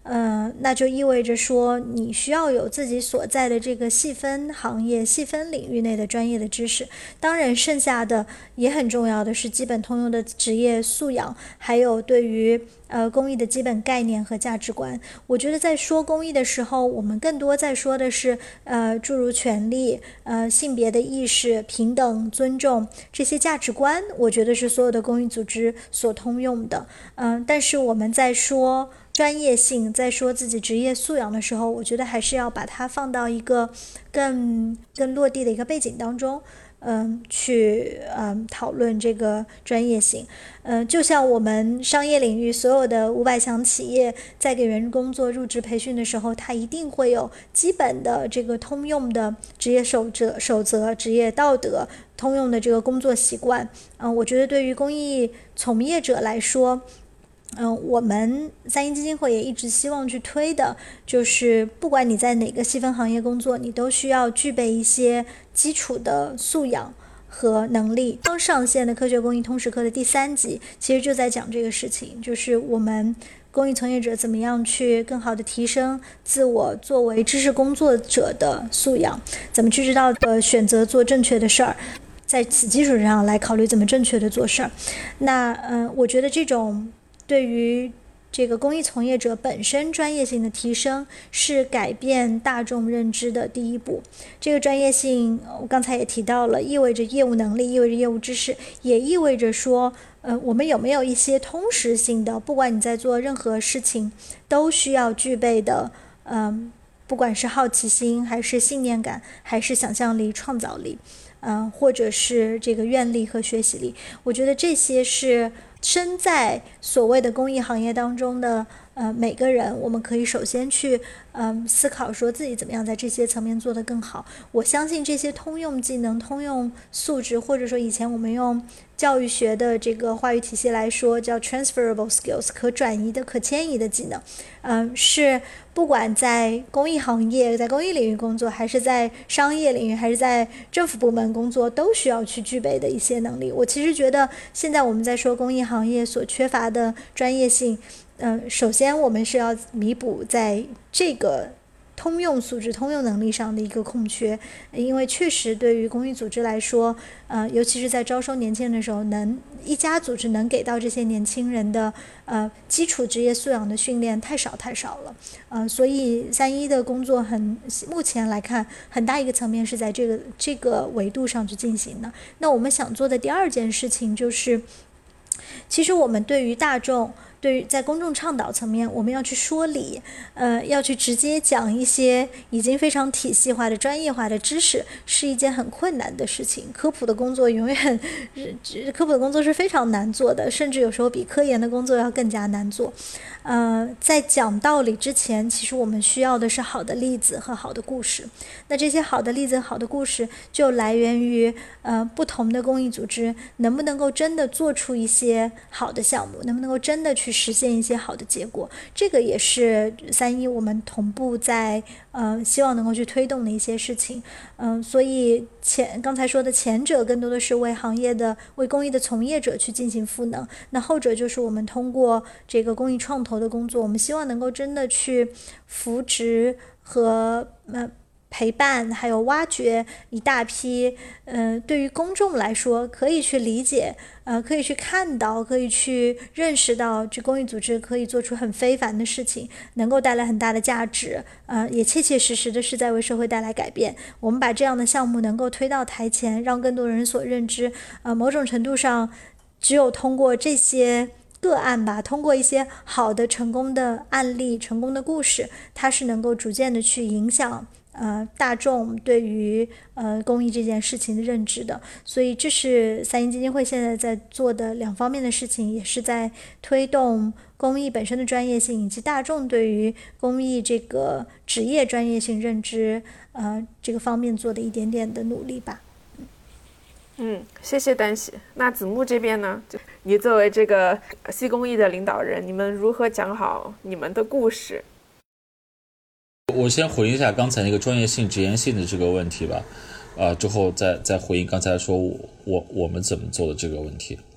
呃，那就意味着说你需要有自己所在的这个细分行业、细分领域内的专业的知识。当然，剩下的也很重要的是基本通用的职业素养，还有对于呃公益的基本概念和价值观。我觉得在说公益的时候，我们更多在说的是呃诸如权利、呃性别的意识、平等、尊重这些价值观，我觉得是所有的公益组织所通用的。嗯、呃，但是我们在说专业性，在说自己职业素养的时候，我觉得还是要把它放到一个更更落地的一个背景当中，嗯，去嗯讨论这个专业性。嗯，就像我们商业领域所有的五百强企业在给员工做入职培训的时候，它一定会有基本的这个通用的职业守则、守则、职业道德，通用的这个工作习惯。嗯，我觉得对于公益从业者来说，嗯，我们三一基金会也一直希望去推的，就是不管你在哪个细分行业工作，你都需要具备一些基础的素养和能力。刚上线的科学公益通识课的第三集，其实就在讲这个事情，就是我们公益从业者怎么样去更好的提升自我作为知识工作者的素养，怎么去知道呃选择做正确的事儿，在此基础上来考虑怎么正确的做事儿。那嗯、呃，我觉得这种对于这个公益从业者本身专业性的提升是改变大众认知的第一步。这个专业性我刚才也提到了，意味着业务能力，意味着业务知识，也意味着说呃，我们有没有一些通识性的，不管你在做任何事情都需要具备的嗯、呃，不管是好奇心还是信念感还是想象力、创造力嗯、呃，或者是这个愿力和学习力，我觉得这些是身在所谓的公益行业当中的呃每个人，我们可以首先去嗯、呃、思考说自己怎么样在这些层面做得更好。我相信这些通用技能、通用素质，或者说以前我们用教育学的这个话语体系来说叫 transferable skills， 可转移的、可迁移的技能，嗯、呃，是不管在公益行业、在公益领域工作，还是在商业领域，还是在政府部门工作，都需要去具备的一些能力。我其实觉得现在我们在说公益行业所缺乏的专业性，嗯、呃，首先我们是要弥补在这个通用素质、通用能力上的一个空缺，因为确实对于公益组织来说，呃，尤其是在招收年轻人的时候，能一家组织能给到这些年轻人的呃基础职业素养的训练太少太少了，呃，所以三一的工作很目前来看，很大一个层面是在这个这个维度上去进行的。那我们想做的第二件事情就是，其实我们对于大众。对于在公众倡导层面，我们要去说理，呃，要去直接讲一些已经非常体系化的、专业化的知识，是一件很困难的事情。科普的工作永远，科普的工作是非常难做的，甚至有时候比科研的工作要更加难做。呃，在讲道理之前，其实我们需要的是好的例子和好的故事。那这些好的例子、好的故事，就来源于呃不同的公益组织能不能够真的做出一些好的项目，能不能够真的去实现一些好的结果。这个也是三一我们同步在呃希望能够去推动的一些事情。嗯、呃，所以前刚才说的前者更多的是为行业的、为公益的从业者去进行赋能，那后者就是我们通过这个公益创投的工作，我们希望能够真的去扶植和呃陪伴还有挖掘一大批呃对于公众来说可以去理解呃可以去看到可以去认识到这公益组织可以做出很非凡的事情，能够带来很大的价值，呃也切切实实的是在为社会带来改变。我们把这样的项目能够推到台前，让更多人所认知，呃某种程度上只有通过这些个案吧，通过一些好的成功的案例、成功的故事，它是能够逐渐的去影响呃大众对于呃公益这件事情的认知的。所以这是三一基金会现在在做的两方面的事情，也是在推动公益本身的专业性，以及大众对于公益这个职业专业性认知呃这个方面做的一点点的努力吧。 嗯，谢谢丹喜。那子木这边呢？你作为这个西公益的领导人，你们如何讲好你们的故事？ 我先回应一下刚才那个专业性、职业性的这个问题吧，啊、呃，之后再再回应刚才说我我我们怎么做的这个问题。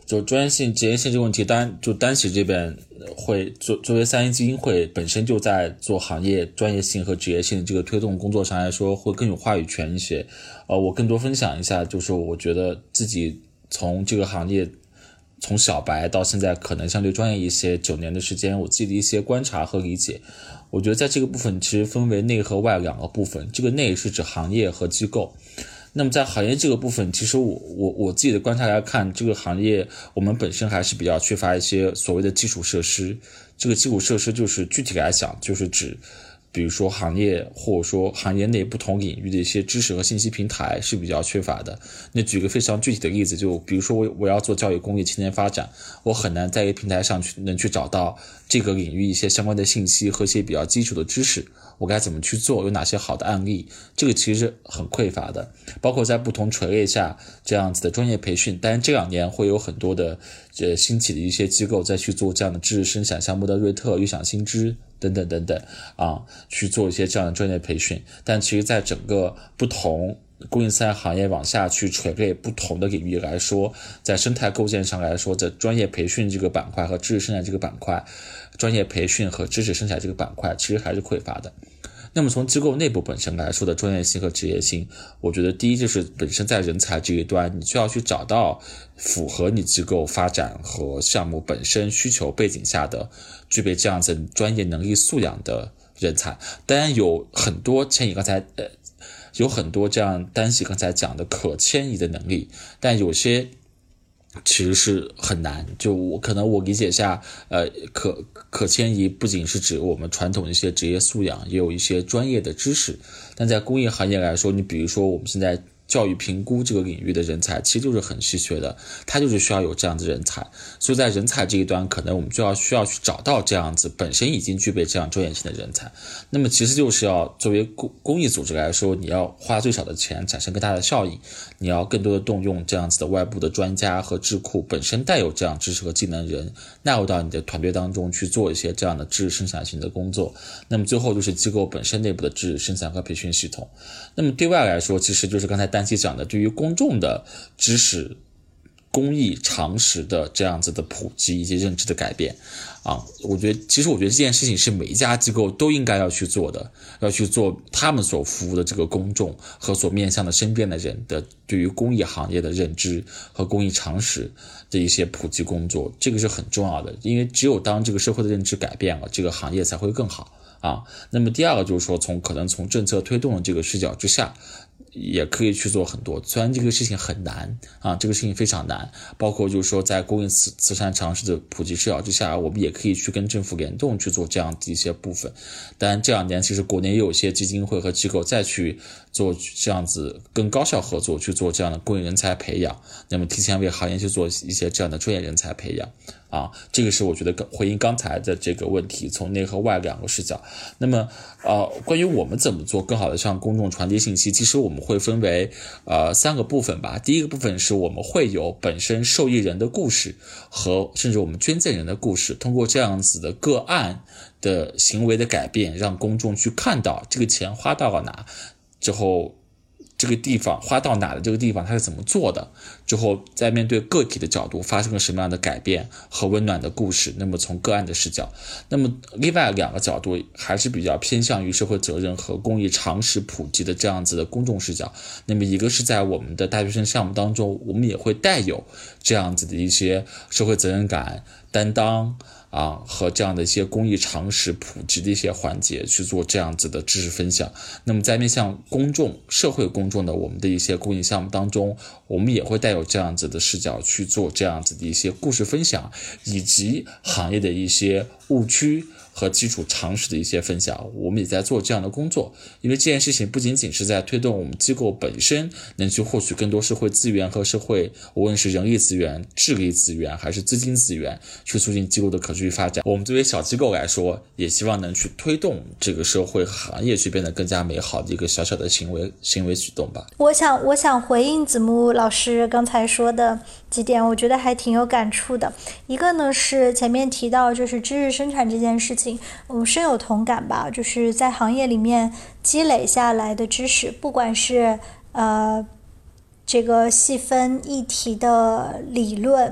就专业性、职业性这个问题，当然就单喜这边会作作为三一基金会本身就在做行业专业性和职业性的这个推动工作上来说，会更有话语权一些。呃，我更多分享一下，就是我觉得自己从这个行业从小白到现在可能相对专业一些九年的时间，我自己的一些观察和理解。我觉得在这个部分其实分为内和外两个部分，这个内是指行业和机构。那么在行业这个部分，其实我我我自己的观察来看，这个行业我们本身还是比较缺乏一些所谓的基础设施。这个基础设施就是具体来讲，就是指比如说行业或者说行业内不同领域的一些知识和信息平台是比较缺乏的。那举个非常具体的例子，就比如说我我要做教育公益青年发展，我很难在一个平台上去能去找到这个领域一些相关的信息和一些比较基础的知识，我该怎么去做，有哪些好的案例，这个其实很匮乏的。包括在不同垂类下这样子的专业培训，当然这两年会有很多的呃兴起的一些机构在去做这样的知识生产项目的瑞特、预想新知等等等等啊，去做一些这样的专业培训。但其实在整个不同供应商行业往下去垂类不同的领域来说，在生态构建上来说，在专业培训这个板块和知识生产这个板块，专业培训和知识生产这个板块其实还是匮乏的。那么从机构内部本身来说的专业性和职业性，我觉得第一就是本身在人才这一端，你就要去找到符合你机构发展和项目本身需求背景下的具备这样子专业能力素养的人才。当然有很多千亿刚才呃有很多这样单喜刚才讲的可迁移的能力，但有些其实是很难。就我可能我理解下，呃，可可迁移不仅是指我们传统的一些职业素养，也有一些专业的知识。但在工业行业来说，你比如说我们现在教育评估这个领域的人才其实就是很稀缺的，它就是需要有这样子人才。所以在人才这一端，可能我们就要需要去找到这样子本身已经具备这样专业性的人才。那么其实就是要作为公公益组织来说，你要花最少的钱产生更大的效益，你要更多的动用这样子的外部的专家和智库本身带有这样知识和技能人纳入到你的团队当中去做一些这样的知识生产型的工作。那么最后就是机构本身内部的知识生产和培训系统。那么对外来说，其实就是刚才单期讲的对于公众的知识公益常识的这样子的普及以及认知的改变啊，我觉得其实我觉得这件事情是每一家机构都应该要去做的，要去做他们所服务的这个公众和所面向的身边的人的对于公益行业的认知和公益常识的一些普及工作，这个是很重要的。因为只有当这个社会的认知改变了，这个行业才会更好啊。那么第二个就是说，从可能从政策推动的这个视角之下，也可以去做很多。虽然这个事情很难啊，这个事情非常难，包括就是说在公益慈慈善常识的普及视角之下，我们也可以去跟政府联动去做这样的一些部分。当然这两年其实国内也有一些基金会和机构再去做这样子更高效合作，去做这样的公益人才培养，那么提前为行业去做一些这样的专业人才培养啊，这个是我觉得回应刚才的这个问题，从内和外两个视角。那么呃，关于我们怎么做更好的向公众传递信息，其实我们会分为呃三个部分吧。第一个部分是我们会有本身受益人的故事和甚至我们捐赠人的故事，通过这样子的个案的行为的改变，让公众去看到这个钱花到了哪之后，这个地方花到哪的这个地方它是怎么做的，之后在面对个体的角度发生了什么样的改变和温暖的故事。那么从个案的视角，那么另外两个角度还是比较偏向于社会责任和公益常识普及的这样子的公众视角。那么一个是在我们的大学生项目当中，我们也会带有这样子的一些社会责任感担当啊，和这样的一些公益常识普及的一些环节去做这样子的知识分享。那么在面向公众社会公众的我们的一些公益项目当中，我们也会带有这样子的视角去做这样子的一些故事分享，以及行业的一些误区和基础常识的一些分享。我们也在做这样的工作，因为这件事情不仅仅是在推动我们机构本身能去获取更多社会资源和社会无论是人力资源、智力资源还是资金资源，去促进机构的可持续发展。我们作为小机构来说，也希望能去推动这个社会行业去变得更加美好的一个小小的行为行为举动吧。 我想我想回应子木老师刚才说的几点，我觉得还挺有感触的。一个呢是前面提到就是知识生产这件事情，我深有同感吧。就是在行业里面积累下来的知识，不管是呃这个细分议题的理论，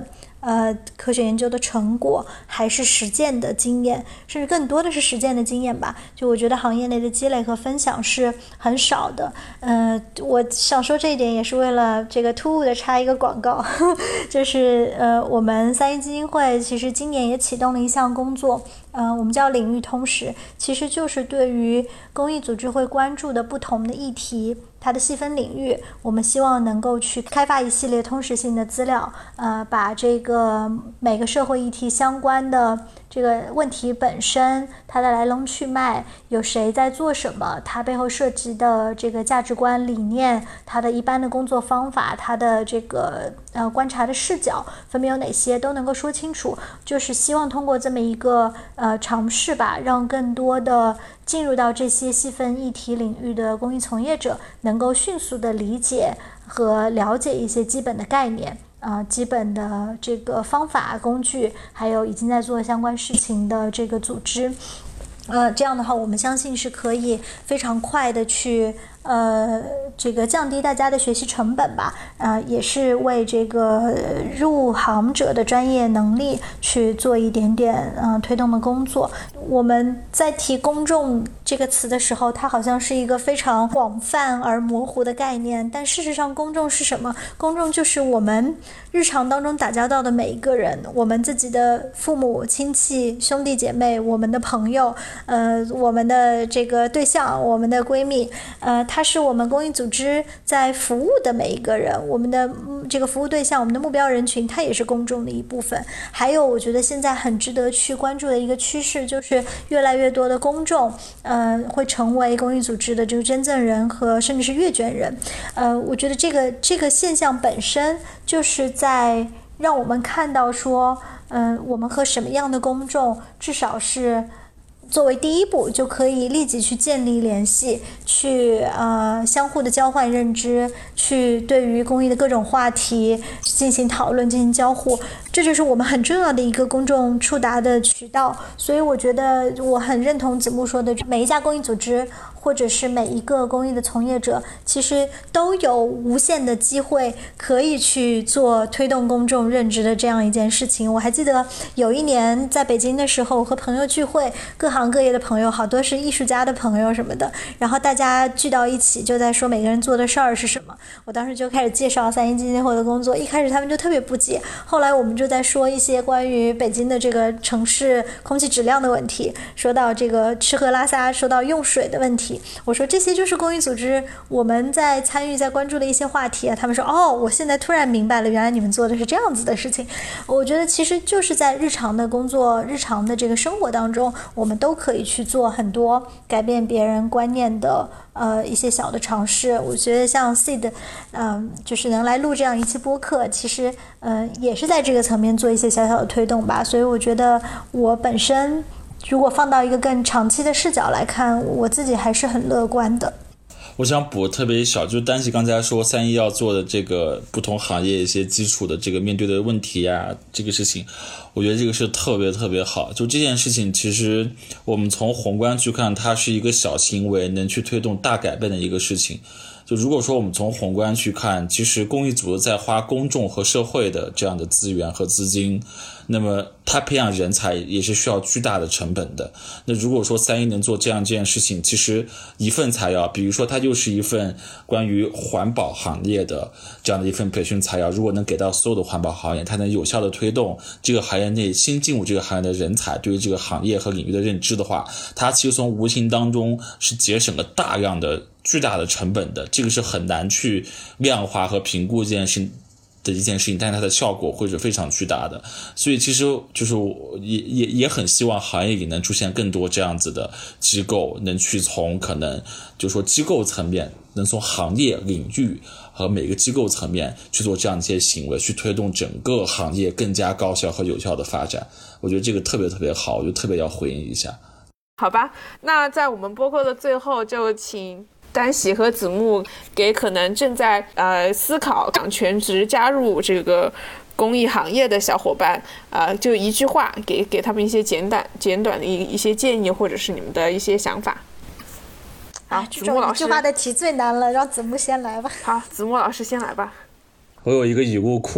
呃科学研究的成果，还是实践的经验，甚至更多的是实践的经验吧。就我觉得行业内的积累和分享是很少的。呃，我想说这一点也是为了这个突兀的插一个广告，就是呃，我们三一基金会其实今年也启动了一项工作，呃，我们叫领域通识，其实就是对于公益组织会关注的不同的议题，它的细分领域，我们希望能够去开发一系列通识性的资料，呃，把这个每个社会议题相关的这个问题本身，它的来龙去脉，有谁在做什么，它背后涉及的这个价值观理念，它的一般的工作方法，它的这个呃观察的视角分别有哪些都能够说清楚，就是希望通过这么一个呃尝试吧，让更多的进入到这些细分议题领域的公益从业者能够迅速的理解和了解一些基本的概念，呃，基本的这个方法工具，还有已经在做相关事情的这个组织。呃，这样的话，我们相信是可以非常快的去呃，这个降低大家的学习成本吧，呃，也是为这个入行者的专业能力去做一点点嗯、呃、推动的工作。我们在提公众这个词的时候，它好像是一个非常广泛而模糊的概念，但事实上公众是什么？公众就是我们日常当中打交道的每一个人，我们自己的父母亲戚兄弟姐妹，我们的朋友，呃，我们的这个对象，我们的闺蜜，呃，它是我们公益组织在服务的每一个人，我们的这个服务对象，我们的目标人群，它也是公众的一部分。还有我觉得现在很值得去关注的一个趋势，就是越来越多的公众呃，会成为公益组织的这个捐赠人和甚至是阅捐人。呃，我觉得这个这个现象本身就是在让我们看到说嗯、呃，我们和什么样的公众至少是作为第一步就可以立即去建立联系，去呃相互的交换认知，去对于公益的各种话题进行讨论，进行交互，这就是我们很重要的一个公众触达的渠道。所以我觉得我很认同子木说的，每一家公益组织或者是每一个公益的从业者，其实都有无限的机会可以去做推动公众认知的这样一件事情。我还记得有一年在北京的时候，和朋友聚会，各行各业的朋友，好多是艺术家的朋友什么的，然后大家聚到一起就在说每个人做的事儿是什么。我当时就开始介绍三一基金会的工作，一开始他们就特别不解，后来我们就在说一些关于北京的这个城市空气质量的问题，说到这个吃喝拉撒，说到用水的问题，我说这些就是公益组织我们在参与在关注的一些话题啊。他们说哦，我现在突然明白了，原来你们做的是这样子的事情。我觉得其实就是在日常的工作日常的这个生活当中，我们都可以去做很多改变别人观念的呃一些小的尝试。我觉得像 Seed 嗯、呃，就是能来录这样一期播客，其实呃也是在这个层面做一些小小的推动吧。所以我觉得我本身如果放到一个更长期的视角来看，我自己还是很乐观的。 我想补特别小，就是丹西刚才说三一要做的这个不同行业一些基础的这个面对的问题啊，这个事情我觉得这个是特别特别好。就这件事情其实我们从宏观去看，它是一个小行为能去推动大改变的一个事情。就如果说我们从宏观去看，其实公益组织在花公众和社会的这样的资源和资金，那么它培养人才也是需要巨大的成本的。那如果说三一能做这样一件事情，其实一份材料，比如说它就是一份关于环保行业的这样的一份培训材料，如果能给到所有的环保行业，它能有效的推动这个行业内新进入这个行业的人才对于这个行业和领域的认知的话，它其实从无形当中是节省了大量的巨大的成本的。这个是很难去量化和评估这件事情的一件事情，但是它的效果会是非常巨大的。所以其实就是也也也很希望行业里能出现更多这样子的机构，能去从可能就是说机构层面，能从行业领域和每个机构层面去做这样一些行为，去推动整个行业更加高效和有效的发展。我觉得这个特别特别好，我就特别要回应一下。 好吧，那在我们播客的最后，就请丹喜和子木给可能正在呃思考想全职加入这个公益行业的小伙伴啊、呃，就一句话给给他们一些简短简短的一一些建议，或者是你们的一些想法。好，子木老师， 这句话的题最难了，让子木先来吧。 好，子木老师先来吧。 我有一个语录库，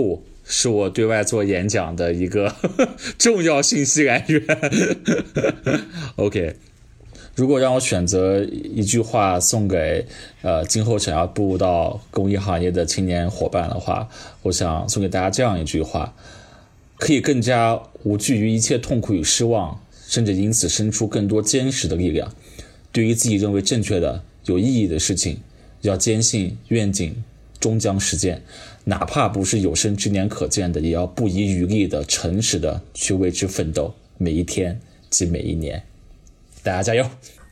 是我对外做演讲的一个呵呵重要信息来源。OK， 如果让我选择一句话送给呃今后想要步入到公益行业的青年伙伴的话，我想送给大家这样一句话：可以更加无惧于一切痛苦与失望，甚至因此生出更多坚实的力量。对于自己认为正确的、有意义的事情，要坚信愿景终将实现，哪怕不是有生之年可见的，也要不遗余力的、诚实的去为之奋斗，每一天及每一年。大家加油！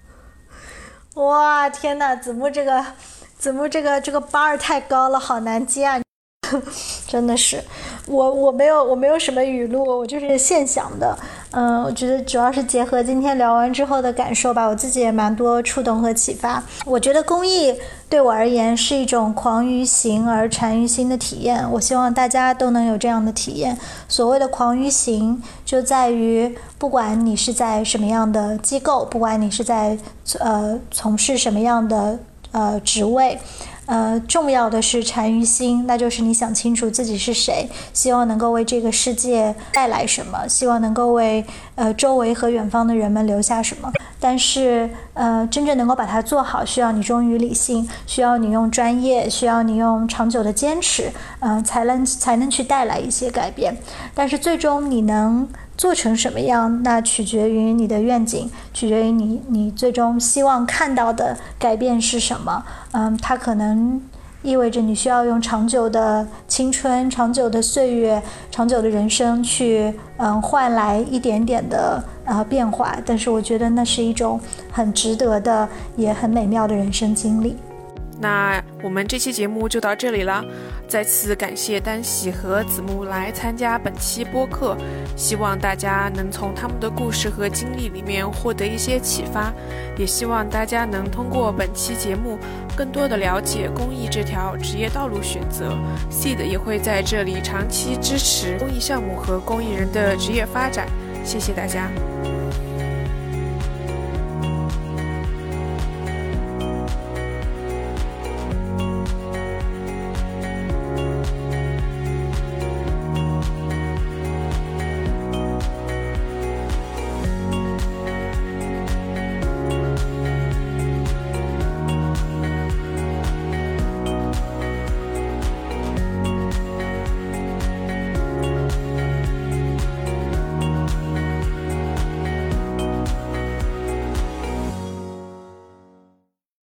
哇，天哪，子木这个子木这个这个 bar 太高了，好难接啊！真的是，我我没有我没有什么语录，我就是现想的。嗯，我觉得主要是结合今天聊完之后的感受吧，我自己也蛮多触动和启发。我觉得公益对我而言是一种狂于行而禅于心的体验，我希望大家都能有这样的体验。所谓的狂于行，就在于不管你是在什么样的机构，不管你是在呃从事什么样的呃职位。呃，重要的是禅于心，那就是你想清楚自己是谁，希望能够为这个世界带来什么，希望能够为呃周围和远方的人们留下什么。但是呃，真正能够把它做好，需要你忠于理性，需要你用专业，需要你用长久的坚持，嗯、呃，才能才能去带来一些改变。但是最终你能做成什么样，那取决于你的愿景，取决于你你最终希望看到的改变是什么。嗯，它可能意味着你需要用长久的青春、长久的岁月、长久的人生去嗯换来一点点的呃变化，但是我觉得那是一种很值得的也很美妙的人生经历。 那我们这期节目就到这里了，再次感谢丹喜和子木来参加本期播客，希望大家能从他们的故事和经历里面获得一些启发，也希望大家能通过本期节目更多的了解公益这条职业道路选择。 Seed 也会在这里长期支持公益项目和公益人的职业发展，谢谢大家。